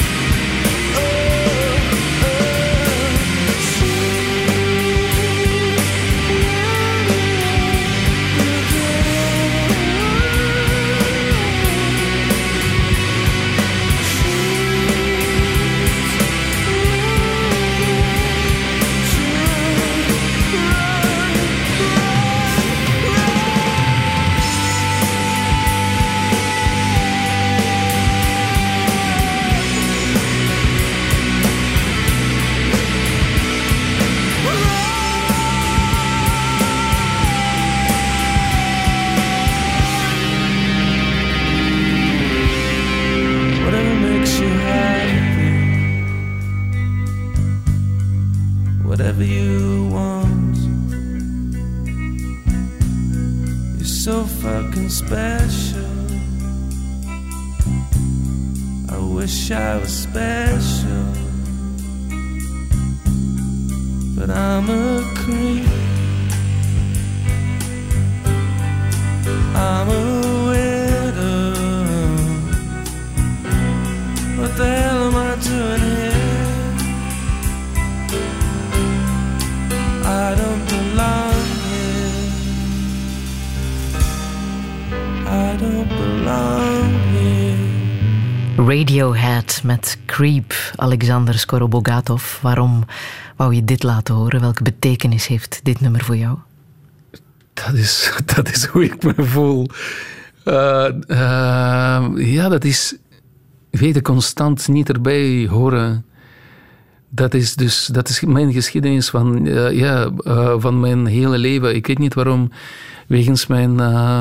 Whatever you want. You're so fucking special. I wish I was special, but I'm a creep. I'm a widow. What the hell am I doing here? I don't belong here. I don't belong here. Radiohead met Creep, Alexander Skorobogatov. Waarom wou je dit laten horen? Welke betekenis heeft dit nummer voor jou? Dat is hoe ik me voel. Ja, dat is... Weet je, constant niet erbij horen. Dat is mijn geschiedenis van mijn hele leven. Ik weet niet waarom, wegens mijn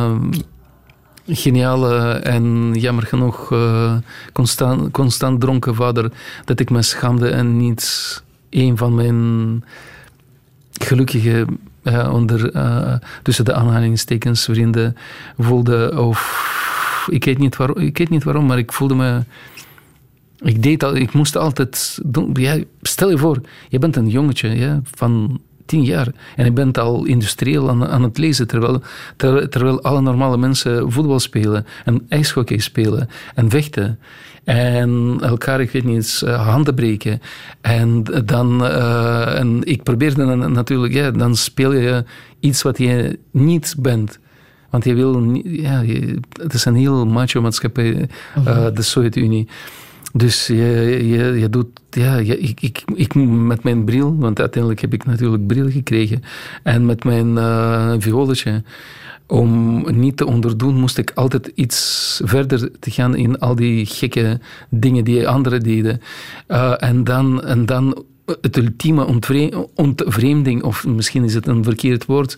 geniale en jammer genoeg constant dronken vader, dat ik me schaamde en niet een van mijn gelukkige, tussen de aanhalingstekens, vrienden voelde. Of ik weet niet waarom, maar ik voelde me... Ik moest altijd doen. Ja, stel je voor, je bent een jongetje van 10 jaar en je bent al industrieel aan het lezen, terwijl alle normale mensen voetbal spelen en ijshockey spelen en vechten en elkaar, ik weet niet, handen breken. En dan, en ik probeerde natuurlijk, dan speel je iets wat je niet bent. Want je wil, het is een heel macho maatschappij, de Sovjet-Unie. Dus je doet... Ik met mijn bril, want uiteindelijk heb ik natuurlijk bril gekregen. En met mijn viooltje, om niet te onderdoen, moest ik altijd iets verder te gaan in al die gekke dingen die anderen deden. En dan het ultieme ontvreemding, of misschien is het een verkeerd woord,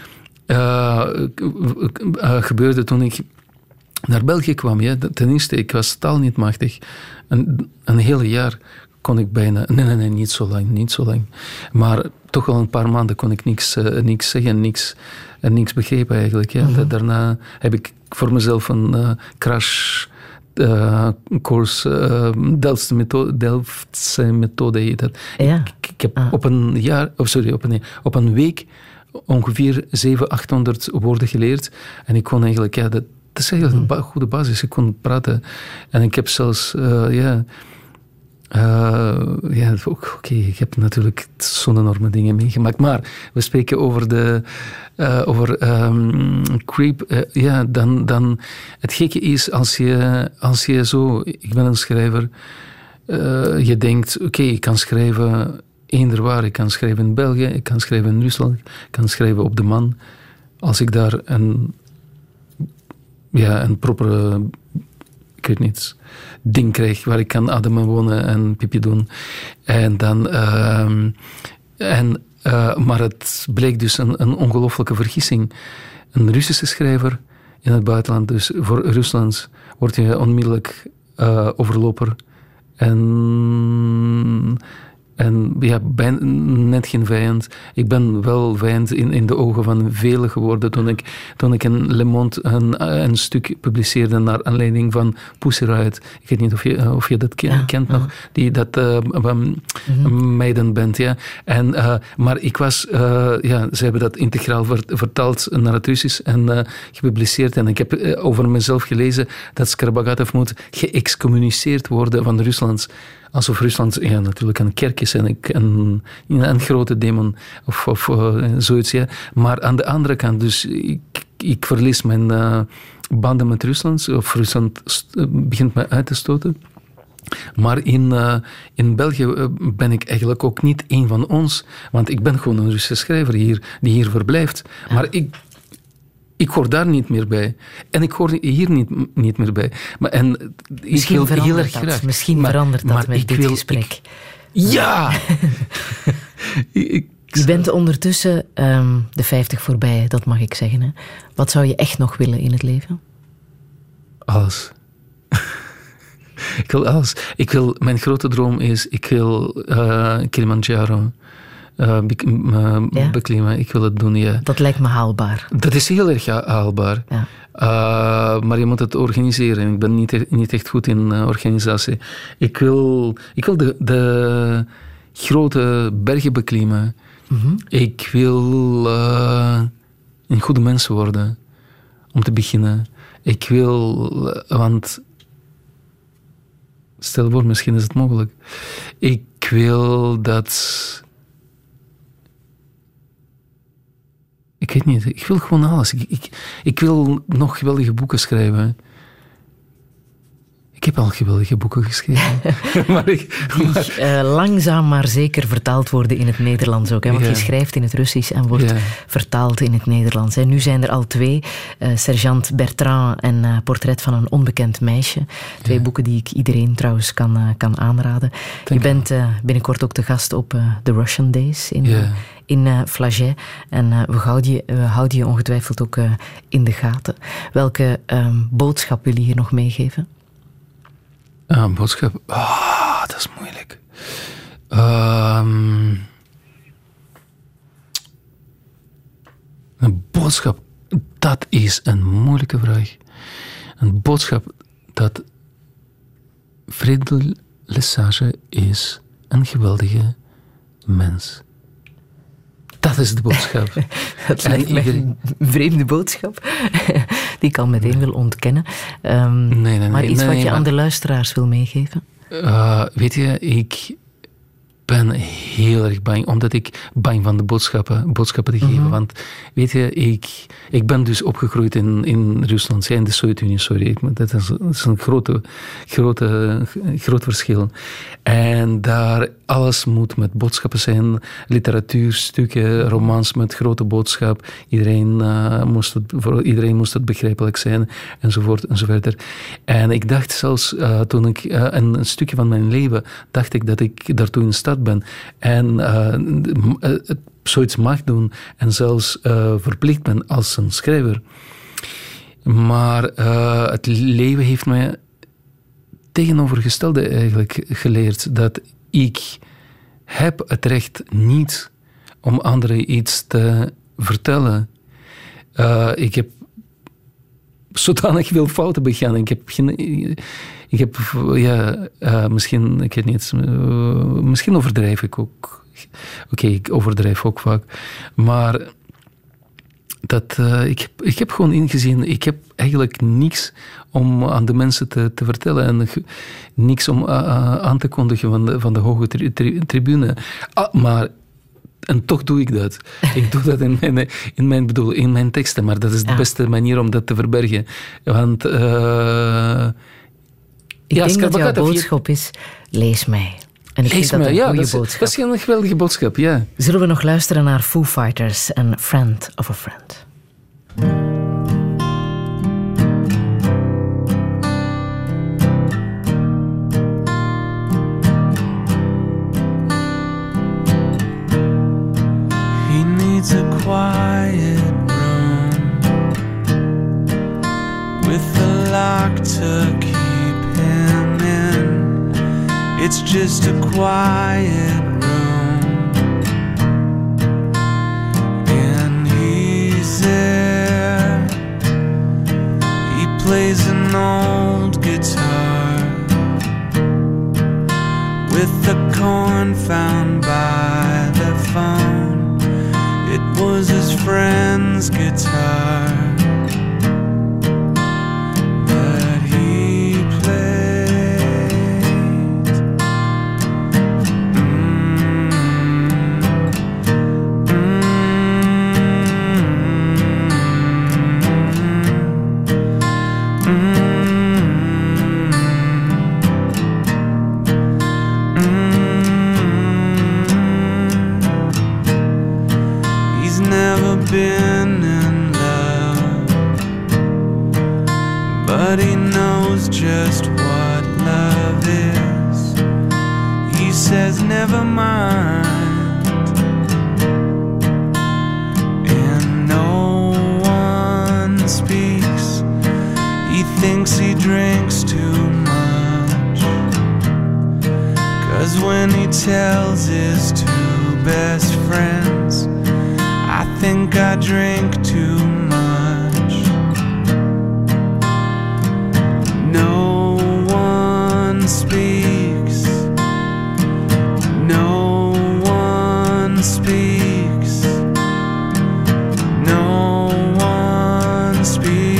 gebeurde toen ik naar België kwam. Ten eerste, ik was taal niet machtig. Een hele jaar kon ik bijna... Nee, niet zo lang. Maar toch al een paar maanden kon ik niks zeggen en niks begrepen eigenlijk. Ja. Daarna heb ik voor mezelf een crash course, Delftse methode heet dat. Ja. Ik heb op een week ongeveer 700-800 woorden geleerd. En ik kon eigenlijk... dat is eigenlijk een goede basis. Ik kon praten. En ik heb zelfs... ik heb natuurlijk zo'n enorme dingen meegemaakt. Maar we spreken over Creep. Dan het gekke is, als je zo... Ik ben een schrijver. Je denkt, ik kan schrijven eender waar. Ik kan schrijven in België. Ik kan schrijven in Rusland. Ik kan schrijven op de Man. Als ik daar een propere... Ik weet niet, ding krijg waar ik kan ademen, wonen en pipi doen. En dan Maar het bleek dus een ongelooflijke vergissing. Een Russische schrijver in het buitenland, dus voor Rusland, word je onmiddellijk overloper. En ja, net geen vijand. Ik ben wel vijand in de ogen van velen geworden toen ik in Le Monde een stuk publiceerde naar aanleiding van Pussy Riot. Ik weet niet of je dat kent nog. Dat meidenband, ja. Maar ik was... ze hebben dat integraal vertaald naar het Russisch en gepubliceerd. En ik heb over mezelf gelezen dat Skarbagatov moet geëxcommuniceerd worden van Rusland. Alsof Rusland natuurlijk een kerk is en een grote demon of zoiets. Ja. Maar aan de andere kant, dus ik verlies mijn banden met Rusland. Of Rusland begint mij uit te stoten. Maar in België ben ik eigenlijk ook niet één van ons. Want ik ben gewoon een Russische schrijver die hier verblijft. Maar ik hoor daar niet meer bij. En ik hoor hier niet meer bij. Misschien ik wil heel erg graag. Misschien verandert dat met dit gesprek. Ja! Je bent ondertussen de 50 voorbij, dat mag ik zeggen. Hè? Wat zou je echt nog willen in het leven? Alles. Ik wil alles. Mijn grote droom is, ik wil Kilimanjaro beklimmen. Ik wil het doen, ja. Dat lijkt me haalbaar. Dat is heel erg haalbaar. Ja. Maar je moet het organiseren. Ik ben niet echt goed in organisatie. Ik wil de grote bergen beklimmen. Mm-hmm. Ik wil een goede mens worden. Om te beginnen. Ik wil... want... Stel voor, misschien is het mogelijk. Ik wil dat... Ik weet niet, ik wil gewoon alles. Ik wil nog geweldige boeken schrijven. Ik heb al geweldige boeken geschreven. Die langzaam maar zeker vertaald worden in het Nederlands ook. Hè? Want je schrijft in het Russisch en wordt vertaald in het Nederlands. En nu zijn er al 2. Sergeant Bertrand en Portret van een onbekend meisje. 2 boeken die ik iedereen trouwens kan aanraden. Je bent binnenkort ook de gast op The Russian Days in Flagey. En we houden je ongetwijfeld ook in de gaten. Welke boodschap wil je hier nog meegeven? Een boodschap? Dat is moeilijk. Een boodschap, dat is een moeilijke vraag. Een boodschap dat Friedel Lesage is een geweldige mens. Dat is de boodschap. Dat lijkt me een vreemde boodschap, die ik al meteen wil ontkennen. Maar iets wat je aan de luisteraars wil meegeven? Weet je, ik ben heel erg bang, omdat ik bang van de boodschappen te geven. Mm-hmm. Want weet je, ik ben dus opgegroeid in Rusland, in de Sovjet-Unie, sorry. Dat is een groot verschil. En daar alles moet met boodschappen zijn, literatuurstukken, romans met grote boodschap. Voor iedereen moest het begrijpelijk zijn, enzovoort enzoverder. En ik dacht zelfs, toen ik een stukje van mijn leven, dacht ik dat ik daartoe in staat ben. En zoiets mag doen en zelfs verplicht ben als een schrijver. Maar het leven heeft mij tegenovergestelde eigenlijk geleerd, dat ik heb het recht niet om anderen iets te vertellen. Ik heb zodanig veel fouten begaan. Misschien, ik weet niet, misschien overdrijf ik ook. Oké, ik overdrijf ook vaak. Maar ik heb gewoon ingezien, ik heb eigenlijk niks om aan de mensen te vertellen en niks om aan te kondigen van de hoge tribune. En toch doe ik dat. Ik doe dat in mijn teksten, maar dat is de beste manier om dat te verbergen. Want... ik denk dat jouw boodschap is, lees mij. En ik vind dat een goede boodschap. Dat is een geweldige boodschap, ja. Zullen we nog luisteren naar Foo Fighters en Friend of a Friend? needs a quiet room with a lock to keep him in. It's just a quiet room, and he's there. He plays an old guitar with the corn found by the phone. It was his friend's guitar that he played. He's never been in love, but he knows just what love is. He says never mind, and no one speaks. He thinks he drinks too much, 'cause when he tells his two best friends, I think I drink too much. No one speaks. No one speaks. No one speaks.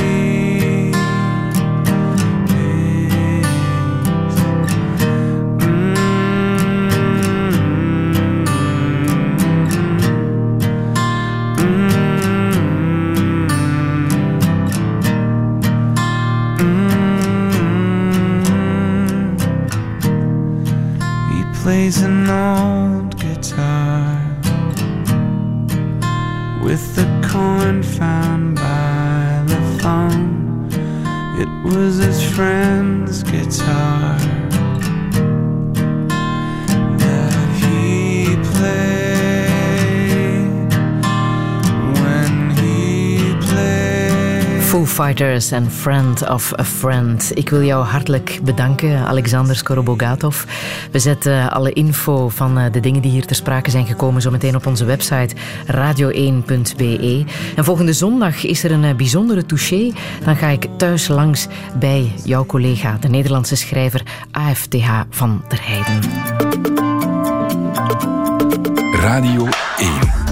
Plays an old guitar with the corn found by the phone. It was his friend's guitar that he played when he played. Foo Fighters en Friend of a Friend. Ik wil jou hartelijk bedanken, Alexander Skorobogatov. We zetten alle info van de dingen die hier ter sprake zijn gekomen zo meteen op onze website radio1.be. En volgende zondag is er een bijzondere touché. Dan ga ik thuis langs bij jouw collega, de Nederlandse schrijver AFTH van der Heijden. Radio 1.